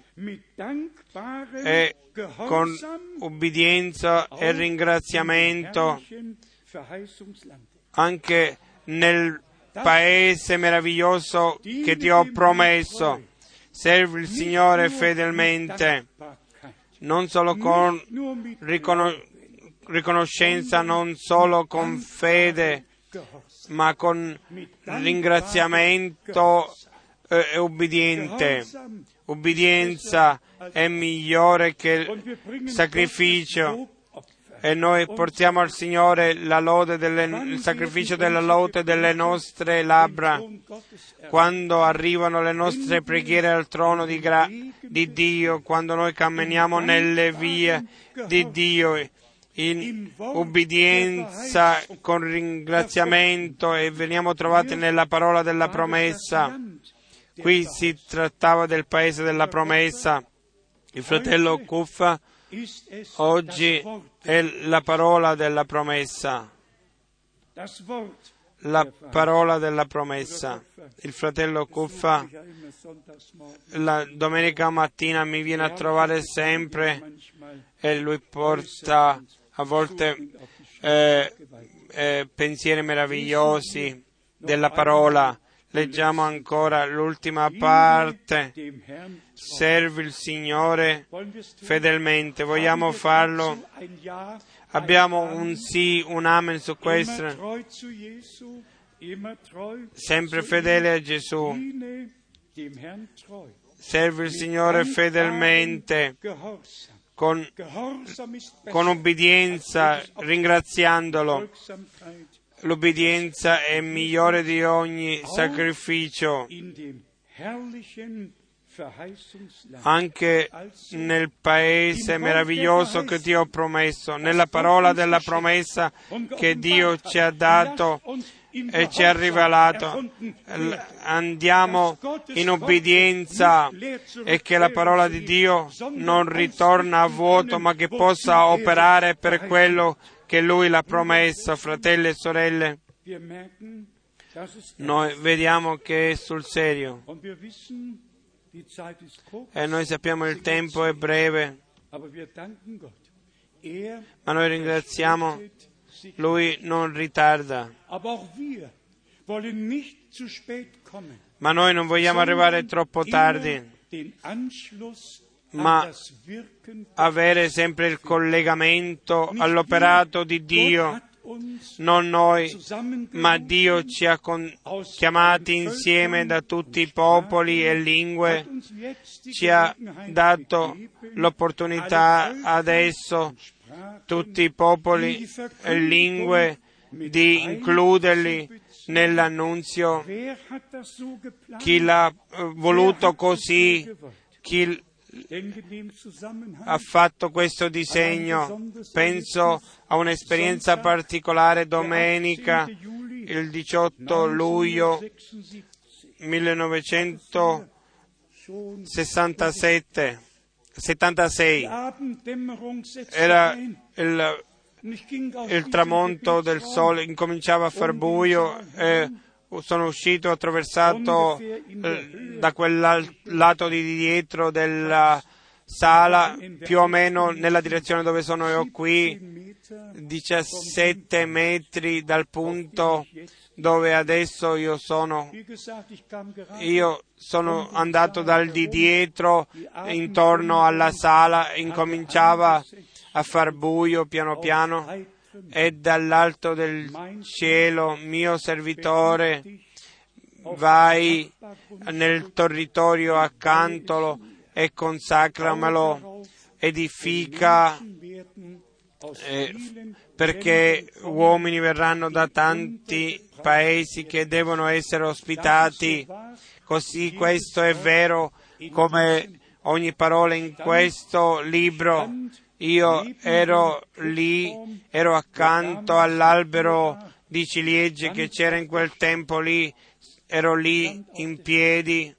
e con ubbidienza e ringraziamento anche nel paese meraviglioso che ti ho promesso. Servi il Signore fedelmente, non solo con riconos- riconoscenza, non solo con fede, ma con ringraziamento e eh, ubbidiente. Ubbidienza è migliore che il sacrificio e noi portiamo al Signore la lode delle, il sacrificio della lode delle nostre labbra quando arrivano le nostre preghiere al trono di, gra- di Dio, quando noi camminiamo nelle vie di Dio in ubbidienza con ringraziamento e veniamo trovati nella parola della promessa. Qui si trattava del paese della promessa. Il fratello Cuffa oggi è la parola della promessa. la parola della promessa. Il fratello Cuffa la domenica mattina mi viene a trovare sempre e lui porta a volte eh, eh, pensieri meravigliosi della parola. Leggiamo ancora l'ultima parte. Servi il Signore fedelmente. Vogliamo farlo? Abbiamo un sì, un amen su questo. Sempre fedele a Gesù. Servi il Signore fedelmente, con, con obbedienza, ringraziandolo. L'obbedienza è migliore di ogni sacrificio. Anche nel paese meraviglioso che Dio ha promesso, nella parola della promessa che Dio ci ha dato e ci ha rivelato, andiamo in obbedienza e che la parola di Dio non ritorna a vuoto, ma che possa operare per quello che Lui l'ha promesso. Fratelli e sorelle, noi vediamo che è sul serio e noi sappiamo il tempo è breve, ma noi ringraziamo, Lui non ritarda. Ma noi non vogliamo arrivare troppo tardi, ma avere sempre il collegamento all'operato di Dio. Non noi, ma Dio ci ha con- chiamati insieme da tutti i popoli e lingue, ci ha dato l'opportunità adesso, tutti i popoli e lingue, di includerli nell'annunzio. Chi l'ha voluto così, chi ha fatto questo disegno. Penso a un'esperienza particolare domenica, il diciotto luglio millenovecentosessantasette settantasei. Era il, il tramonto del sole, incominciava a far buio e sono uscito, ho attraversato eh, da quel lato di dietro della sala, più o meno nella direzione dove sono io qui, diciassette metri dal punto dove adesso io sono. Io sono andato dal di dietro intorno alla sala, incominciava a far buio piano piano, e dall'alto del cielo, mio servitore, vai nel territorio accanto e consacramelo, edifica, eh, perché uomini verranno da tanti paesi che devono essere ospitati. Così questo è vero come ogni parola in questo libro. Io ero lì, ero accanto all'albero di ciliegie che c'era in quel tempo lì, ero lì in piedi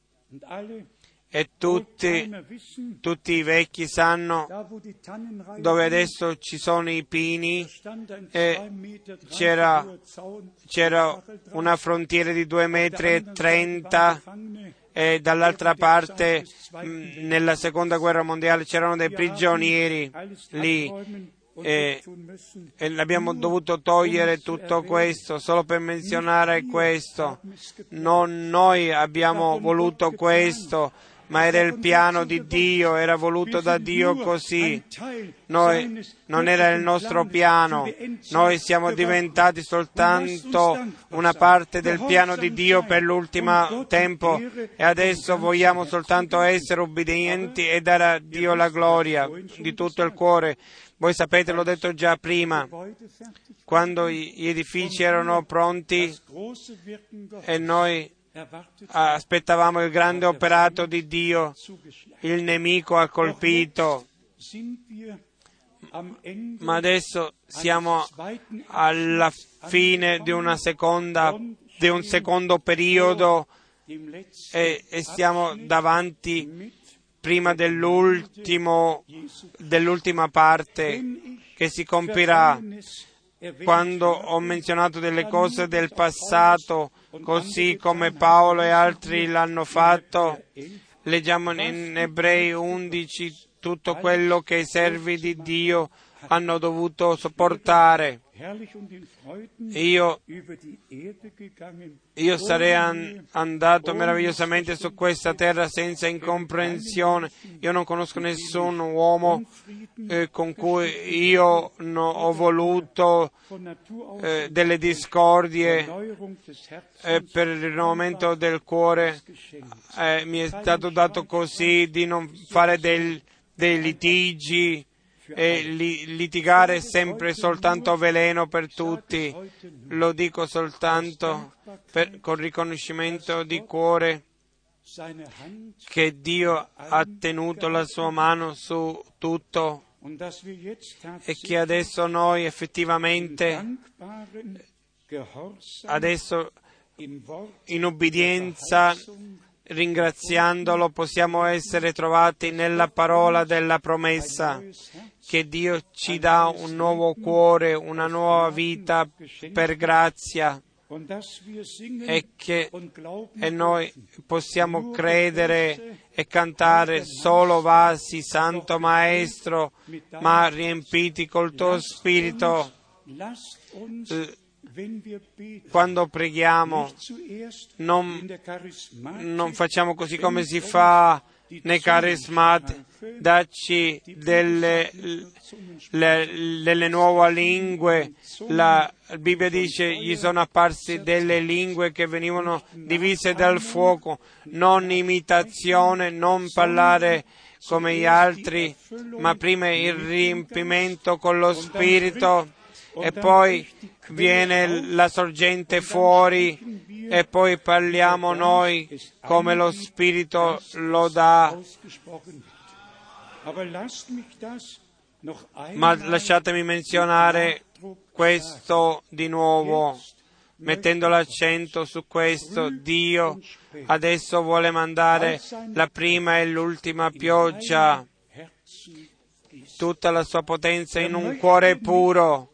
e tutti, tutti i vecchi sanno dove adesso ci sono i pini e c'era, c'era una frontiera di due metri e trenta e dall'altra parte mh, nella seconda guerra mondiale c'erano dei prigionieri lì e, e abbiamo dovuto togliere tutto questo solo per menzionare questo. Non noi abbiamo voluto questo, ma era il piano di Dio, era voluto da Dio così. Noi non era il nostro piano, noi siamo diventati soltanto una parte del piano di Dio per l'ultimo tempo e adesso vogliamo soltanto essere obbedienti e dare a Dio la gloria di tutto il cuore. Voi sapete, l'ho detto già prima, quando gli edifici erano pronti e noi aspettavamo il grande operato di Dio, il nemico ha colpito, ma adesso siamo alla fine di una seconda, di un secondo periodo e, e stiamo davanti prima dell'ultimo, dell'ultima parte che si compirà. quando ho menzionato delle cose del passato, così come Paolo e altri l'hanno fatto. Leggiamo in Ebrei undici tutto quello che i servi di Dio hanno dovuto sopportare. Io, io sarei an- andato meravigliosamente su questa terra senza incomprensione. Io non conosco nessun uomo eh, con cui io no, ho voluto eh, delle discordie eh, per il rinnovamento del cuore. Eh, mi è stato dato così di non fare del, dei litigi e li, litigare è sempre soltanto veleno per tutti. Lo dico soltanto per, con riconoscimento di cuore che Dio ha tenuto la sua mano su tutto e che adesso noi effettivamente adesso in ubbidienza, ringraziandolo, possiamo essere trovati nella parola della promessa, che Dio ci dà un nuovo cuore, una nuova vita per grazia, e che e noi possiamo credere e cantare solo vasi, Santo Maestro, ma riempiti col tuo Spirito. Quando preghiamo non, non facciamo così come si fa nei carismati, dacci delle, le, delle nuove lingue. La Bibbia dice gli sono apparsi delle lingue che venivano divise dal fuoco, non imitazione, non parlare come gli altri, ma prima il riempimento con lo Spirito. E poi viene la sorgente fuori e poi parliamo noi come lo Spirito lo dà. Ma lasciatemi menzionare questo di nuovo, mettendo l'accento su questo. Dio adesso vuole mandare la prima e l'ultima pioggia, tutta la sua potenza in un cuore puro.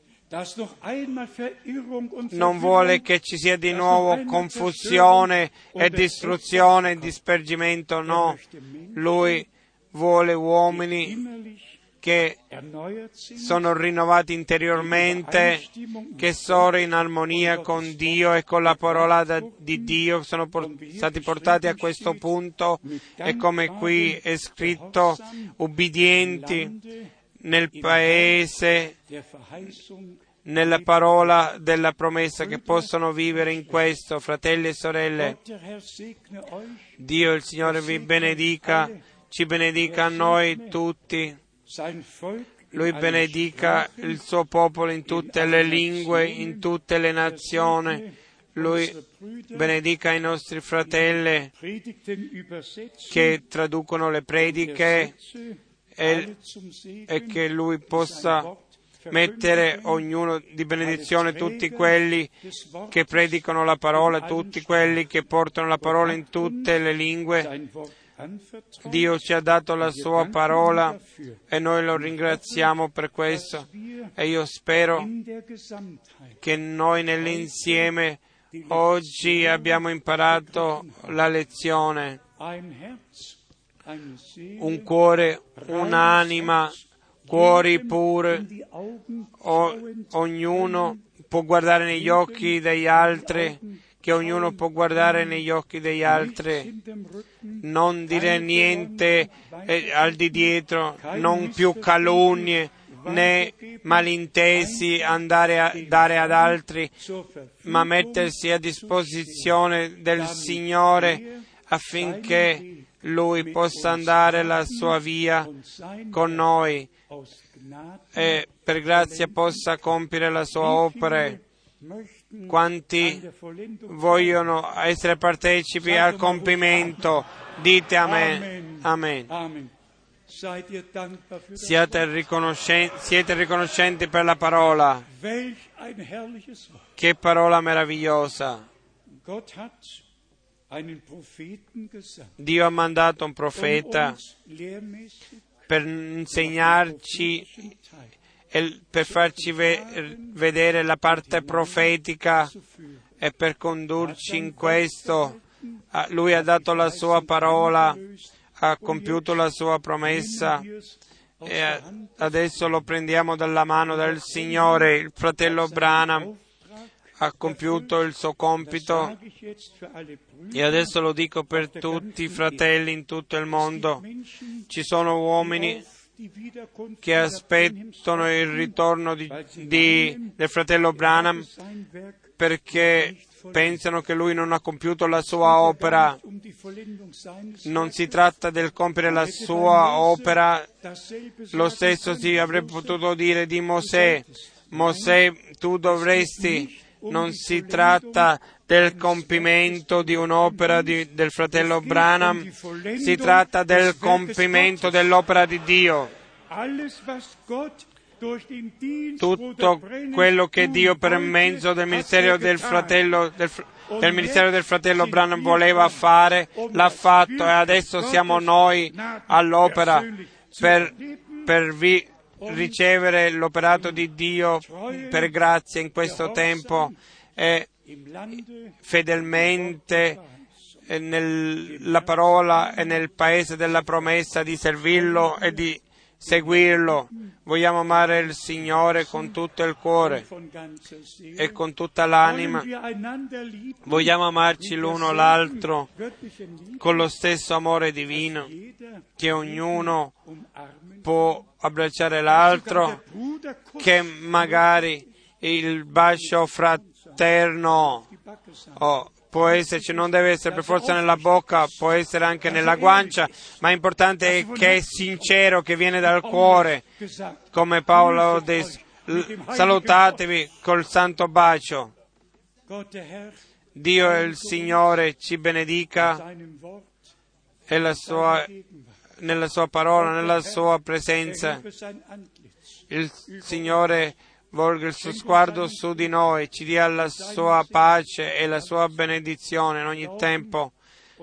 Non vuole che ci sia di nuovo confusione e distruzione e dispergimento, no. Lui vuole uomini che sono rinnovati interiormente, che sono in armonia con Dio e con la parola di Dio, sono por- stati portati a questo punto e come qui è scritto, ubbidienti nel paese, nella parola della promessa, che possono vivere in questo. Fratelli e sorelle, Dio il Signore vi benedica, ci benedica a noi tutti. Lui benedica il suo popolo in tutte le lingue, in tutte le nazioni. Lui benedica i nostri fratelli che traducono le prediche e, e che Lui possa mettere ognuno di benedizione, tutti quelli che predicano la parola, tutti quelli che portano la parola in tutte le lingue. Dio ci ha dato la sua parola e noi lo ringraziamo per questo, e io spero che noi nell'insieme oggi abbiamo imparato la lezione. Un cuore, un'anima, cuori puri, o, ognuno può guardare negli occhi degli altri, che ognuno può guardare negli occhi degli altri, non dire niente eh, al di dietro, non più calunnie né malintesi andare a dare ad altri, ma mettersi a disposizione del Signore affinché Lui possa andare la sua via con noi e per grazia possa compiere la sua opera. Quanti vogliono essere partecipi al compimento? Dite amen. Amen. Siate riconoscenti, siete riconoscenti per la parola. Che parola meravigliosa. Dio ha mandato un profeta per insegnarci e per farci ve- vedere la parte profetica e per condurci in questo. Lui ha dato la sua parola, ha compiuto la sua promessa e adesso lo prendiamo dalla mano del Signore. Il fratello Branham ha compiuto il suo compito e adesso lo dico per tutti i fratelli in tutto il mondo. Ci sono uomini che aspettano il ritorno di, di, del fratello Branham perché pensano che lui non ha compiuto la sua opera. Non si tratta del compiere la sua opera. Lo stesso si avrebbe potuto dire di Mosè. Mosè, tu dovresti. Non si tratta del compimento di un'opera di, del fratello Branham, si tratta del compimento dell'opera di Dio. Tutto quello che Dio per mezzo del ministero del fratello, del, del ministero del fratello Branham voleva fare, l'ha fatto e adesso siamo noi all'opera per, per vi, ricevere l'operato di Dio per grazia in questo tempo e fedelmente nella parola e nel paese della promessa di servirlo e di seguirlo. Vogliamo amare il Signore con tutto il cuore e con tutta l'anima. Vogliamo amarci l'uno l'altro con lo stesso amore divino che ognuno può abbracciare l'altro, che magari il bacio fraterno oh, può esserci, non deve essere per forza nella bocca, può essere anche nella guancia, ma l'importante è che è sincero, che viene dal cuore, come Paolo ha detto. Salutatevi col santo bacio. Dio e il Signore ci benedica e la sua, nella sua parola, nella sua presenza. Il Signore volga il suo sguardo su di noi, ci dia la sua pace e la sua benedizione in ogni tempo,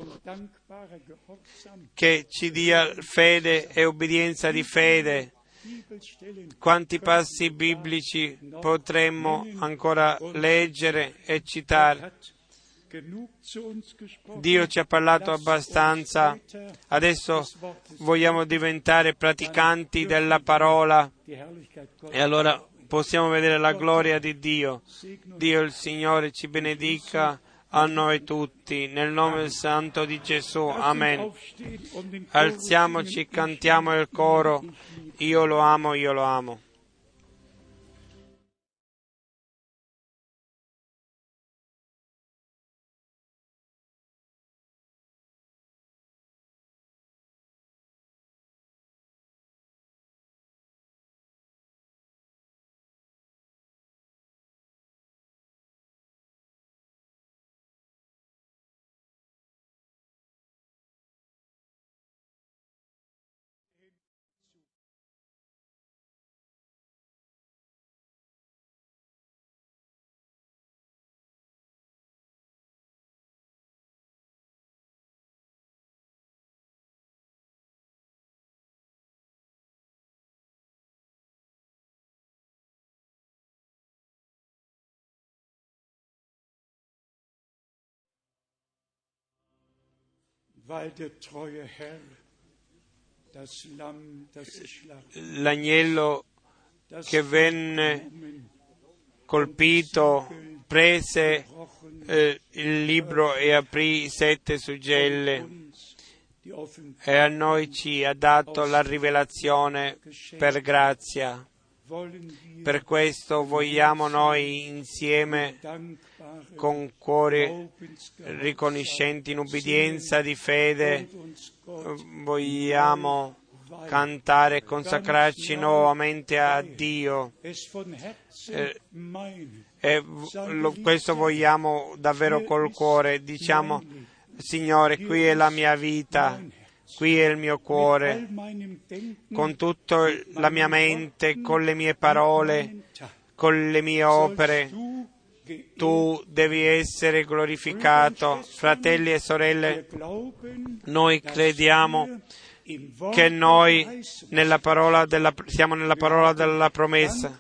che ci dia fede e obbedienza di fede. Quanti passi biblici potremmo ancora leggere e citare? Dio ci ha parlato abbastanza, adesso vogliamo diventare praticanti della parola e allora possiamo vedere la gloria di Dio. Dio il Signore ci benedica a noi tutti, nel nome santo di Gesù. Amen. Alziamoci, cantiamo il coro. Io lo amo, io lo amo. L'agnello che venne colpito prese eh, il libro e aprì i sette suggelli e a noi ci ha dato la rivelazione per grazia. Per questo vogliamo noi insieme, con cuori riconoscenti in ubbidienza di fede, vogliamo cantare e consacrarci nuovamente a Dio. Eh, e lo, questo vogliamo davvero col cuore. Diciamo: Signore, qui è la mia vita, qui è il mio cuore, con tutta la mia mente, con le mie parole, con le mie opere. Tu devi essere glorificato. Fratelli e sorelle, noi crediamo che noi nella parola della, siamo nella parola della promessa.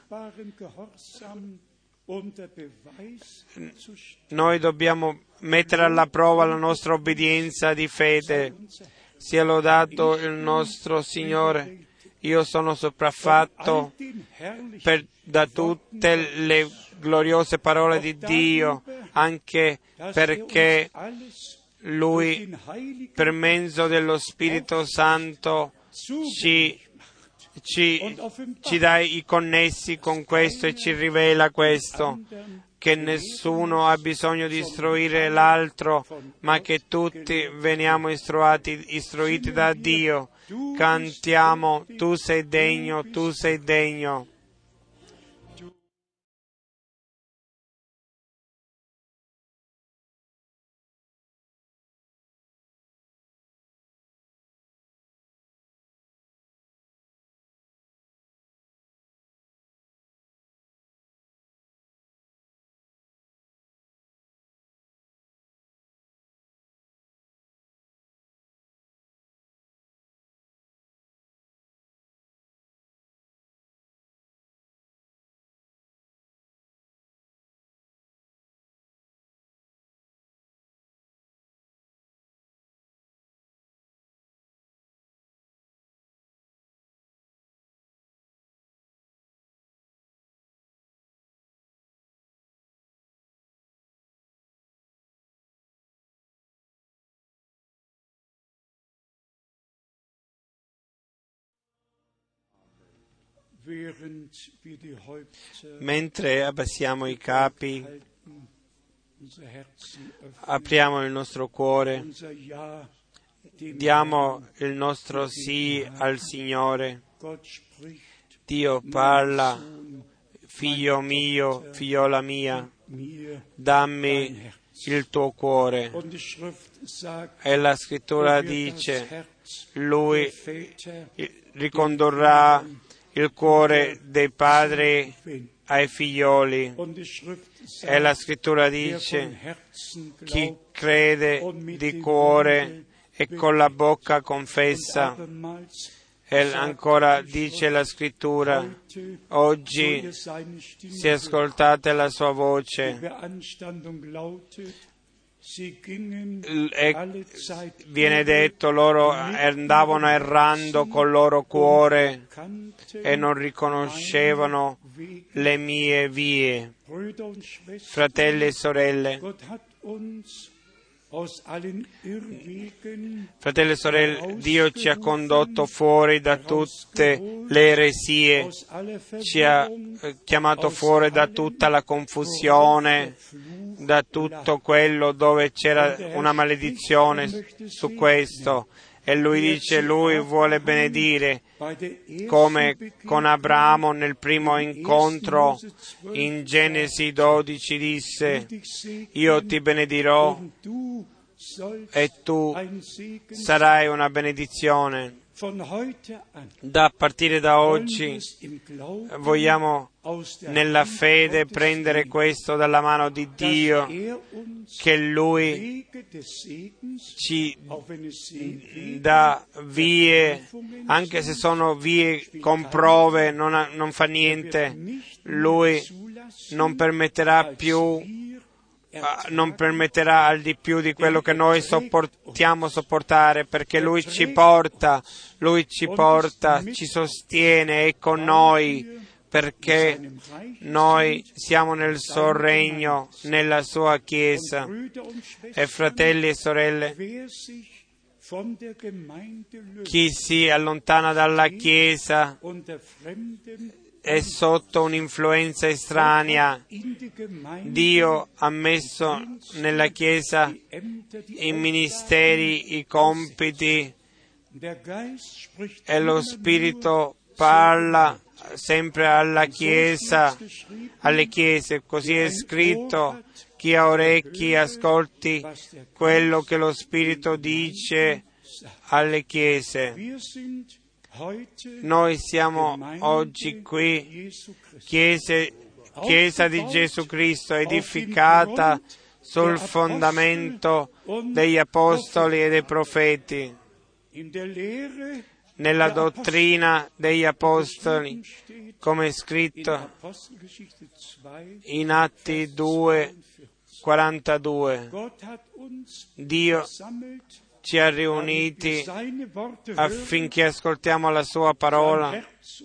Noi dobbiamo mettere alla prova la nostra obbedienza di fede. Sia lodato il nostro Signore. Io sono sopraffatto per, da tutte le gloriose parole di Dio, anche perché Lui, per mezzo dello Spirito Santo, ci, ci, ci dà i connessi con questo e ci rivela questo, che nessuno ha bisogno di istruire l'altro, ma che tutti veniamo istruiti, istruiti da Dio. Cantiamo, tu sei degno, tu sei degno. Mentre abbassiamo i capi, apriamo il nostro cuore, diamo il nostro sì al Signore. Dio parla, figlio mio, figliola mia, dammi il tuo cuore. E la Scrittura dice, Lui ricondurrà il cuore dei padri ai figlioli. E la Scrittura dice, chi crede di cuore e con la bocca confessa. E ancora dice la Scrittura, oggi se ascoltate la sua voce, e viene detto, loro andavano errando col loro cuore e non riconoscevano le mie vie. Fratelli e sorelle, Fratelli e sorelle, Dio ci ha condotto fuori da tutte le eresie, ci ha chiamato fuori da tutta la confusione, da tutto quello dove c'era una maledizione su questo. E Lui dice, Lui vuole benedire, come con Abramo nel primo incontro in Genesi dodici disse, io ti benedirò e tu sarai una benedizione. Da partire da oggi vogliamo nella fede prendere questo dalla mano di Dio, che Lui ci dà vie, anche se sono vie con prove, non, ha, non fa niente. Lui non permetterà più non permetterà al di più di quello che noi sopportiamo sopportare, perché Lui ci porta, Lui ci porta, ci sostiene, è con noi, perché noi siamo nel suo regno, nella sua Chiesa. E fratelli e sorelle, chi si allontana dalla Chiesa è sotto un'influenza estranea. Dio ha messo nella Chiesa i ministeri, i compiti, e lo Spirito parla sempre alla Chiesa, alle Chiese. Così è scritto, chi ha orecchi ascolti quello che lo Spirito dice alle Chiese. Noi siamo oggi qui, chiese, Chiesa di Gesù Cristo, edificata sul fondamento degli Apostoli e dei Profeti. nella dottrina degli Apostoli, come è scritto in Atti due, quarantadue. Dio ci ha riuniti affinché ascoltiamo la sua parola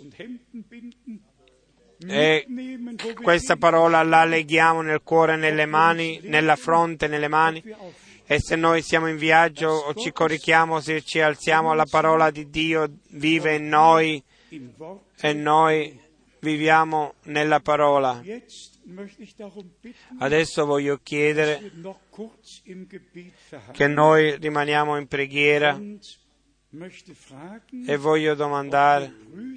e questa parola la leghiamo nel cuore, nelle mani, nella fronte, nelle mani. E se noi siamo in viaggio o ci corichiamo, se ci alziamo, la parola di Dio vive in noi e noi viviamo nella parola. Adesso voglio chiedere che noi rimaniamo in preghiera e voglio domandare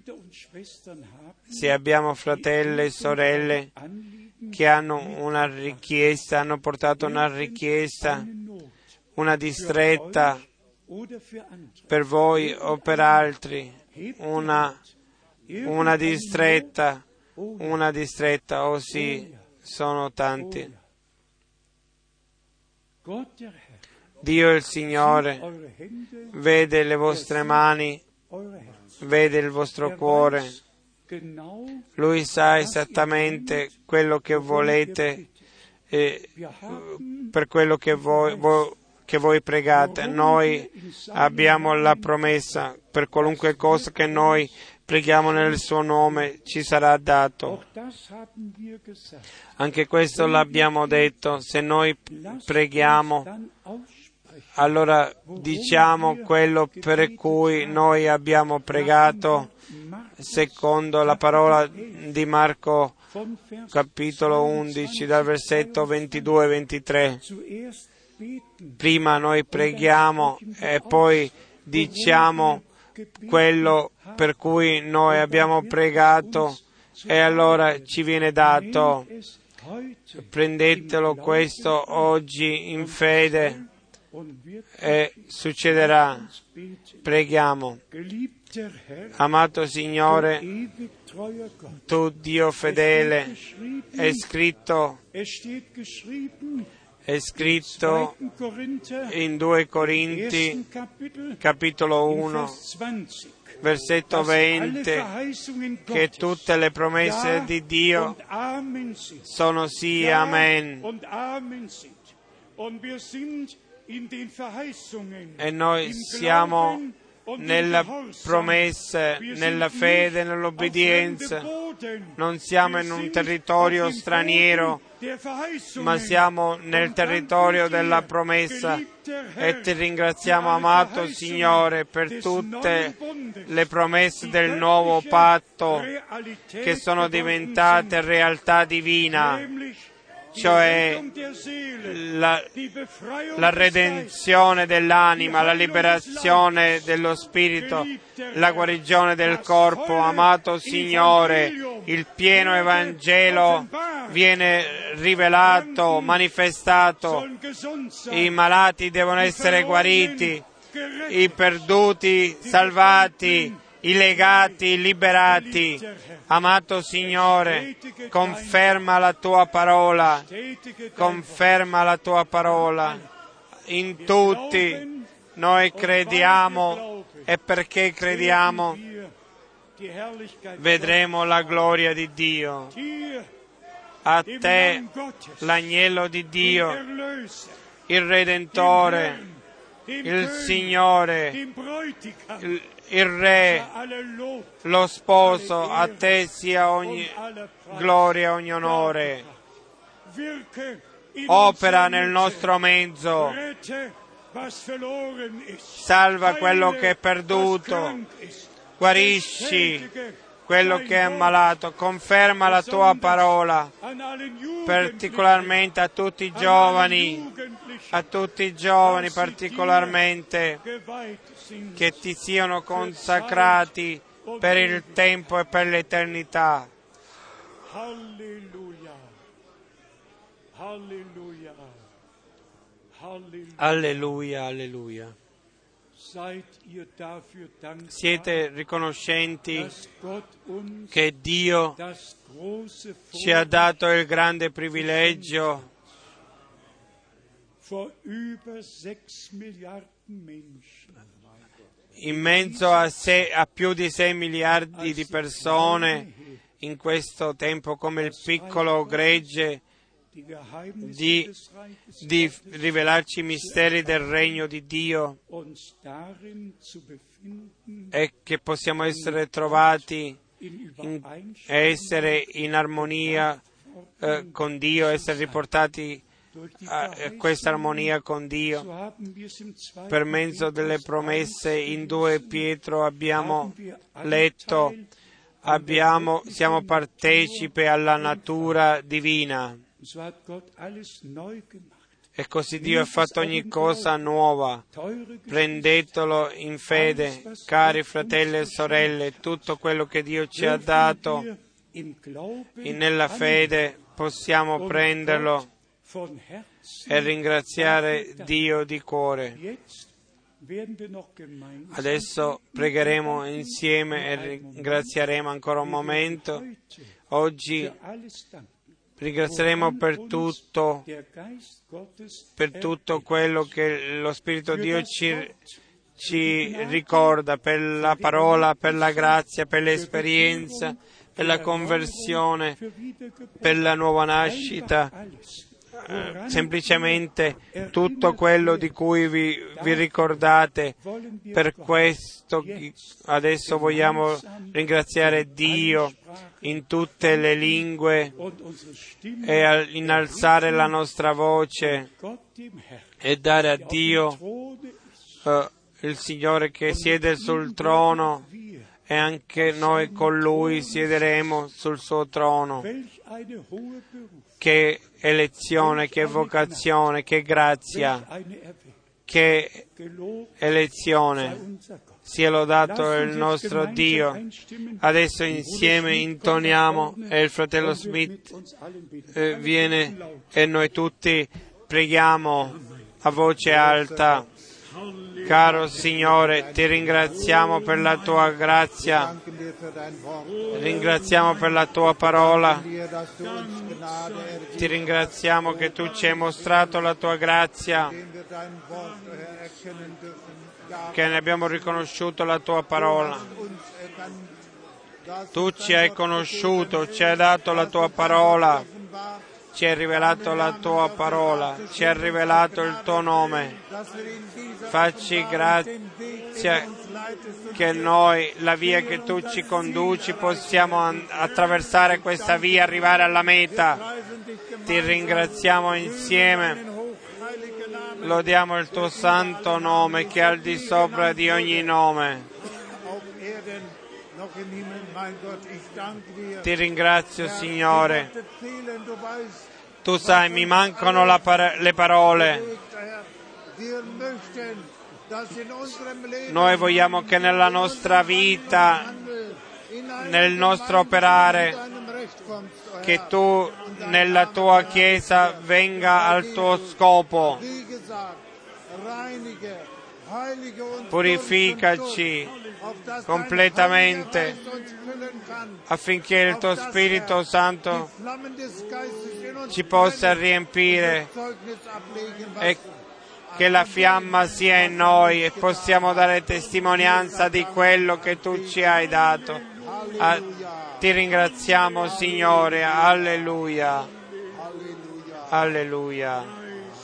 se abbiamo fratelli e sorelle che hanno una richiesta, hanno portato una richiesta, una distretta per voi o per altri, una, una distretta, una distretta, oh sì, sono tanti. Dio il Signore vede le vostre mani, vede il vostro cuore. Lui sa esattamente quello che volete e per quello che voi, voi, che voi pregate. Noi abbiamo la promessa, per qualunque cosa che noi preghiamo nel suo nome ci sarà dato. Anche questo l'abbiamo detto, se noi preghiamo, allora diciamo quello per cui noi abbiamo pregato, secondo la parola di Marco, capitolo undici, dal versetto ventidue e ventitré. Prima noi preghiamo e poi diciamo quello per cui noi abbiamo pregato e allora ci viene dato. Prendetelo questo oggi in fede e succederà. Preghiamo. Amato Signore, tu Dio fedele, è scritto, è scritto in due Corinti, capitolo uno, versetto venti, che tutte le promesse di Dio sono sì e amen. E noi siamo nella promessa, nella fede, nell'obbedienza. Non siamo in un territorio straniero, ma siamo nel territorio della promessa. E ti ringraziamo, amato Signore, per tutte le promesse del nuovo patto che sono diventate realtà divina, cioè la, la redenzione dell'anima, la liberazione dello spirito, la guarigione del corpo. Amato Signore, il pieno Evangelo viene rivelato, manifestato. I malati devono essere guariti, i perduti salvati, i legati liberati. Amato Signore, conferma la tua parola, conferma la tua parola in tutti. Noi crediamo e perché crediamo vedremo la gloria di Dio. A te, l'agnello di Dio, il Redentore, il Signore, il, il Re, lo Sposo, a te sia ogni gloria e ogni onore. Opera nel nostro mezzo, salva quello che è perduto, guarisci quello che è ammalato, conferma la tua parola, particolarmente a tutti i giovani, a tutti i giovani particolarmente, che ti siano consacrati per il tempo e per l'eternità. Alleluia. Alleluia. Alleluia, alleluia. Siete riconoscenti che Dio ci ha dato il grande privilegio in mezzo a, se, a più di sei miliardi di persone in questo tempo come il piccolo gregge, di, di rivelarci i misteri del regno di Dio e che possiamo essere trovati in, essere in armonia eh, con Dio, essere riportati a questa armonia con Dio. Per mezzo delle promesse in due Pietro abbiamo letto, abbiamo, siamo partecipi alla natura divina. E così Dio ha fatto ogni cosa nuova. Prendetelo in fede, cari fratelli e sorelle, tutto quello che Dio ci ha dato nella fede possiamo prenderlo e ringraziare Dio di cuore. Adesso pregheremo insieme e ringrazieremo ancora un momento. Oggi ringrazieremo per tutto, per tutto quello che lo Spirito Dio ci, ci ricorda, per la parola, per la grazia, per l'esperienza, per la conversione, per la nuova nascita. Eh, semplicemente tutto quello di cui vi, vi ricordate. Per questo adesso vogliamo ringraziare Dio in tutte le lingue e innalzare la nostra voce e dare a Dio eh, il Signore che siede sul trono, e anche noi con Lui siederemo sul suo trono. Che elezione, che vocazione, che grazia, che elezione. Sia lodato il nostro Dio. Adesso insieme intoniamo e il fratello Smith eh, viene e noi tutti preghiamo a voce alta. Caro Signore, ti ringraziamo per la tua grazia, ringraziamo per la tua parola, ti ringraziamo che tu ci hai mostrato la tua grazia, che ne abbiamo riconosciuto la tua parola. Tu ci hai conosciuto, ci hai dato la tua parola, ci hai rivelato la tua parola, ci hai rivelato il tuo nome. Facci grazia che noi, la via che tu ci conduci, possiamo attraversare questa via, arrivare alla meta. Ti ringraziamo insieme. Lodiamo il tuo santo nome che è al di sopra di ogni nome. Ti ringrazio, Signore. Tu sai, mi mancano la par- le parole. Noi vogliamo che nella nostra vita, nel nostro operare, che tu nella tua Chiesa venga al tuo scopo. Purificaci completamente affinché il tuo Spirito Santo ci possa riempire e che la fiamma sia in noi e possiamo dare testimonianza di quello che tu ci hai dato. Ah, ti ringraziamo, Signore. Alleluia. Alleluia.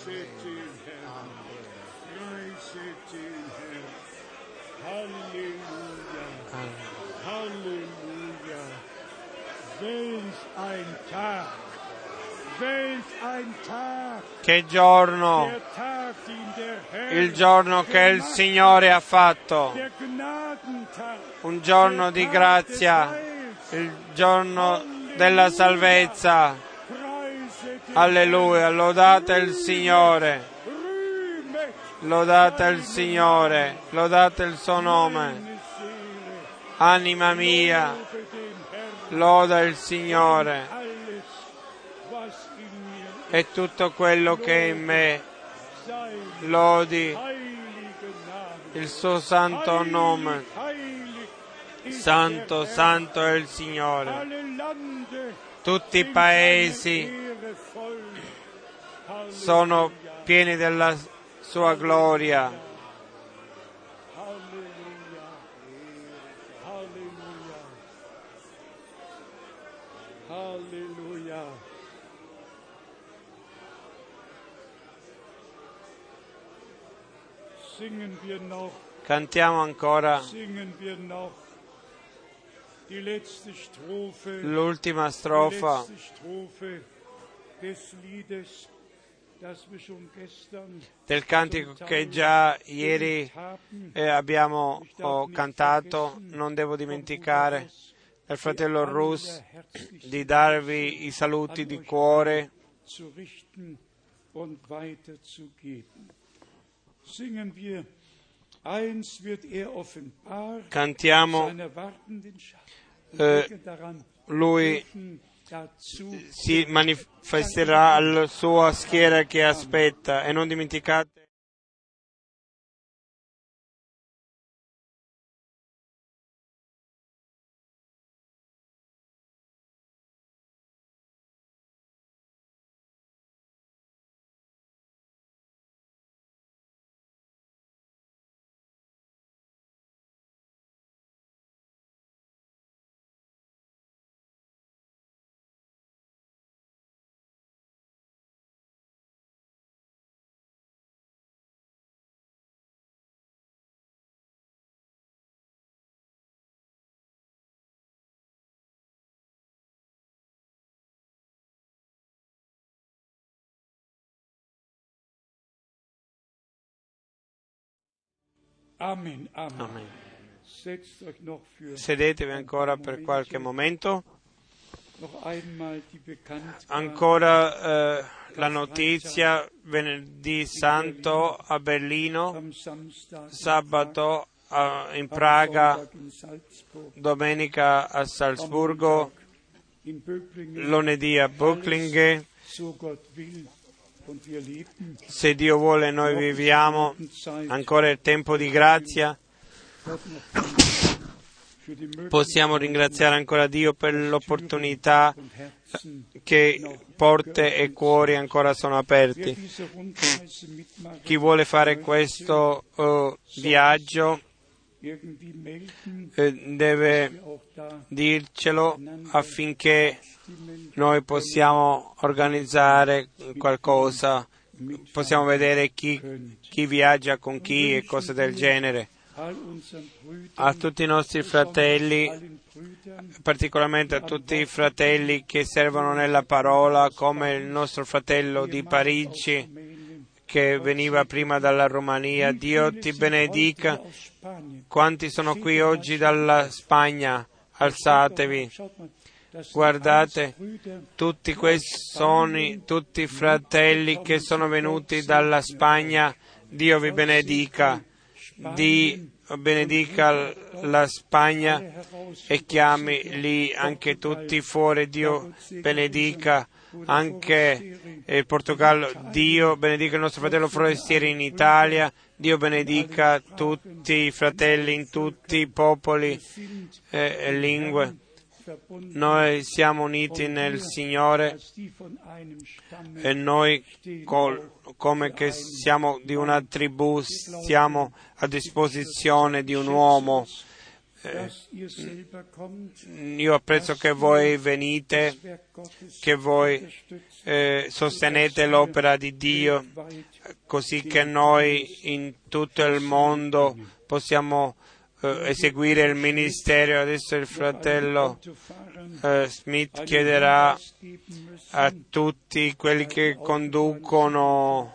Che giorno, il giorno che il Signore ha fatto, un giorno di grazia, il giorno della salvezza. Alleluia, lodate il Signore, lodate il Signore, lodate il suo nome. Anima mia, loda il Signore. E tutto quello che è in me lodi il suo santo nome. Santo, santo è il Signore. Tutti i paesi sono pieni della sua gloria. Halleluja. Singen wir noch, Cantiamo ancora singen wir noch die letzte Strophe, l'ultima die strofa letzte Strophe des Liedes, das wir schon gestern del cantico che già ieri haben. eh, abbiamo oh, cantato. Non devo dimenticare del fratello Rus di darvi i saluti di cuore. Zu richten und weiterzugeben. Singen wir, eins wird er offenbar, Cantiamo, seiner wartenden Schar. Und eh, denke daran, lui dürfen dazu si manifesterà alla sua schiera che aspetta, e non dimenticate Amen, Amen. Amen. Setzt euch noch für Sedetevi ancora per qualche momento. noch einmal die Bekanntgabe Ancora eh, la notizia: venerdì santo a Berlino, am Samstag, sabato a- in am Praga, Sonntag in Salzburg, domenica a am Salzburgo, Montag in Böblingen, lunedì a Böcklingen. so Gott will, und wir leben Se Dio vuole, noi viviamo ancora il tempo di grazia. Gott noch danken für die Möglichkeit Possiamo ringraziare ancora Dio per l'opportunità und Herzen. che porte e cuori ancora sono Wer aperti. diese Rundreise mitmachen, Chi vuole fare questo eh, viaggio irgendwie melden, eh, deve wir auch da dircelo affinché stimmen, noi possiamo organizzare qualcosa, possiamo vedere chi, chi viaggia con chi e cose del genere. all unseren Brüdern, A tutti i nostri fratelli, allen Brüdern, particolarmente a tutti i fratelli che servono nella parola, come il nostro fratello di Parigi Rumänien, che veniva prima dalla Romania. Dio ti benedica. aus Spanien. Quanti sono qui oggi dalla Spagna? Alzatevi. Schaut mal, das sind Guardate, alles Brüder, tutti questi sono tutti fratelli che sono venuti dalla Spagna. Dio vi benedica. Dio benedica la Spagna e chiami lì anche tutti fuori. Dio benedica anche il Portogallo. Dio benedica il nostro fratello forestiere in Italia. Dio benedica tutti i fratelli in tutti i popoli e, e lingue. verbunden, Noi siamo uniti nel Signore als die von einem Stamme, e noi col- come che siamo di una tribù stiamo a disposizione di un uomo. dass ihr selber kommt, Io apprezzo che voi venite, das Werk Gottes che voi unterstützt, eh, sostenete l'opera di Dio, weit così che noi in tutto il mondo possiamo eh, eseguire il ministero. Adesso il fratello Autofahrern eh, Smith chiederà geben müssen. a tutti quelli che conducono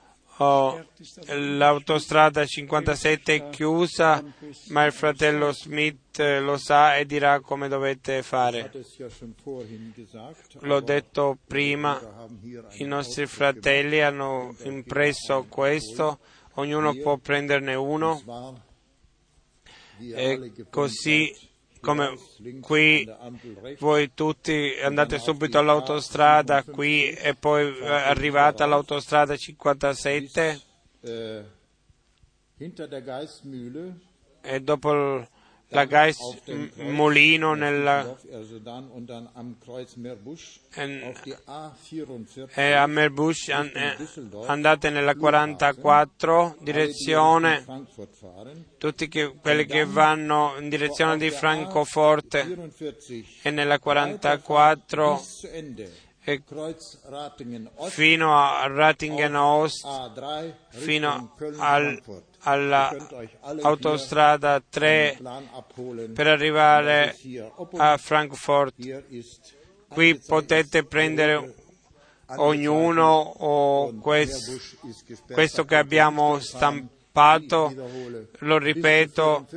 oh, l'autostrada cinquantasette è chiusa, ma il fratello Smith eh, lo sa e dirà come dovete fare. L'ho detto prima, i nostri fratelli hanno impresso questo, ognuno può prenderne uno, e così come qui voi tutti andate subito all'autostrada qui e poi eh, arrivate all'autostrada cinquantasette hinter der Geistmühle e dopo il- la Gais Molino nella, e a Meerbusch andate nella quarantaquattro direzione, tutti che, quelli che vanno in direzione di Francoforte, e nella quarantaquattro e fino a Ratingen Ost, fino al, alla autostrada tre per arrivare a Frankfurt. Qui potete prendere ognuno o questo, questo che abbiamo stampato, lo ripeto,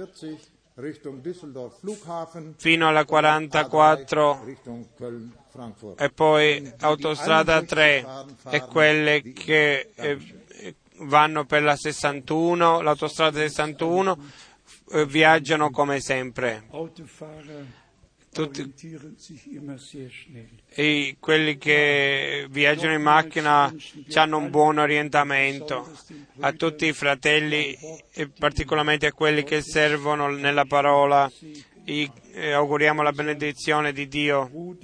fino alla quarantaquattro e poi autostrada tre e quelle che eh, vanno per la sessantuno, l'autostrada sessantuno, eh, viaggiano come sempre. Tutti, e quelli che viaggiano in macchina hanno un buon orientamento. A tutti i fratelli e particolarmente a quelli che servono nella parola, gli, eh, auguriamo la benedizione di Dio.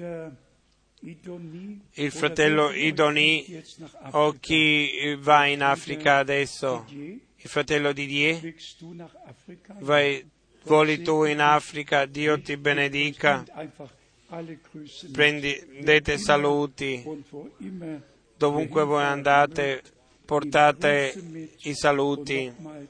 Il fratello Idoni o chi va in Africa adesso? Il fratello Didier? Vai, voli tu in Africa, Dio ti benedica. Prendete saluti. Dovunque voi andate, portate i saluti.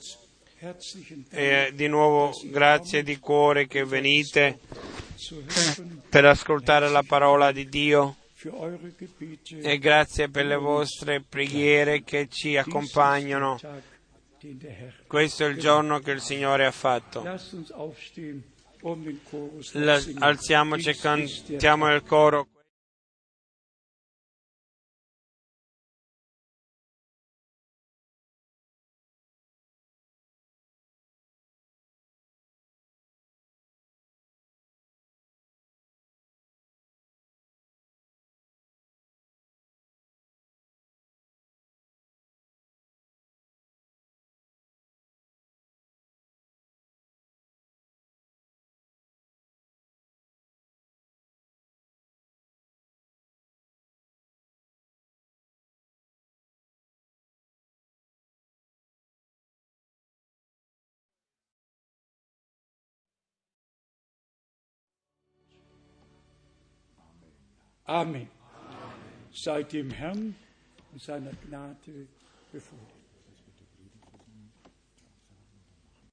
E di nuovo grazie di cuore che venite per ascoltare la parola di Dio, e grazie per le vostre preghiere che ci accompagnano. Questo è il giorno che il Signore ha fatto. La, alziamoci e cantiamo il coro. Amen. Seid dem Herrn und seiner Gnade befohlen.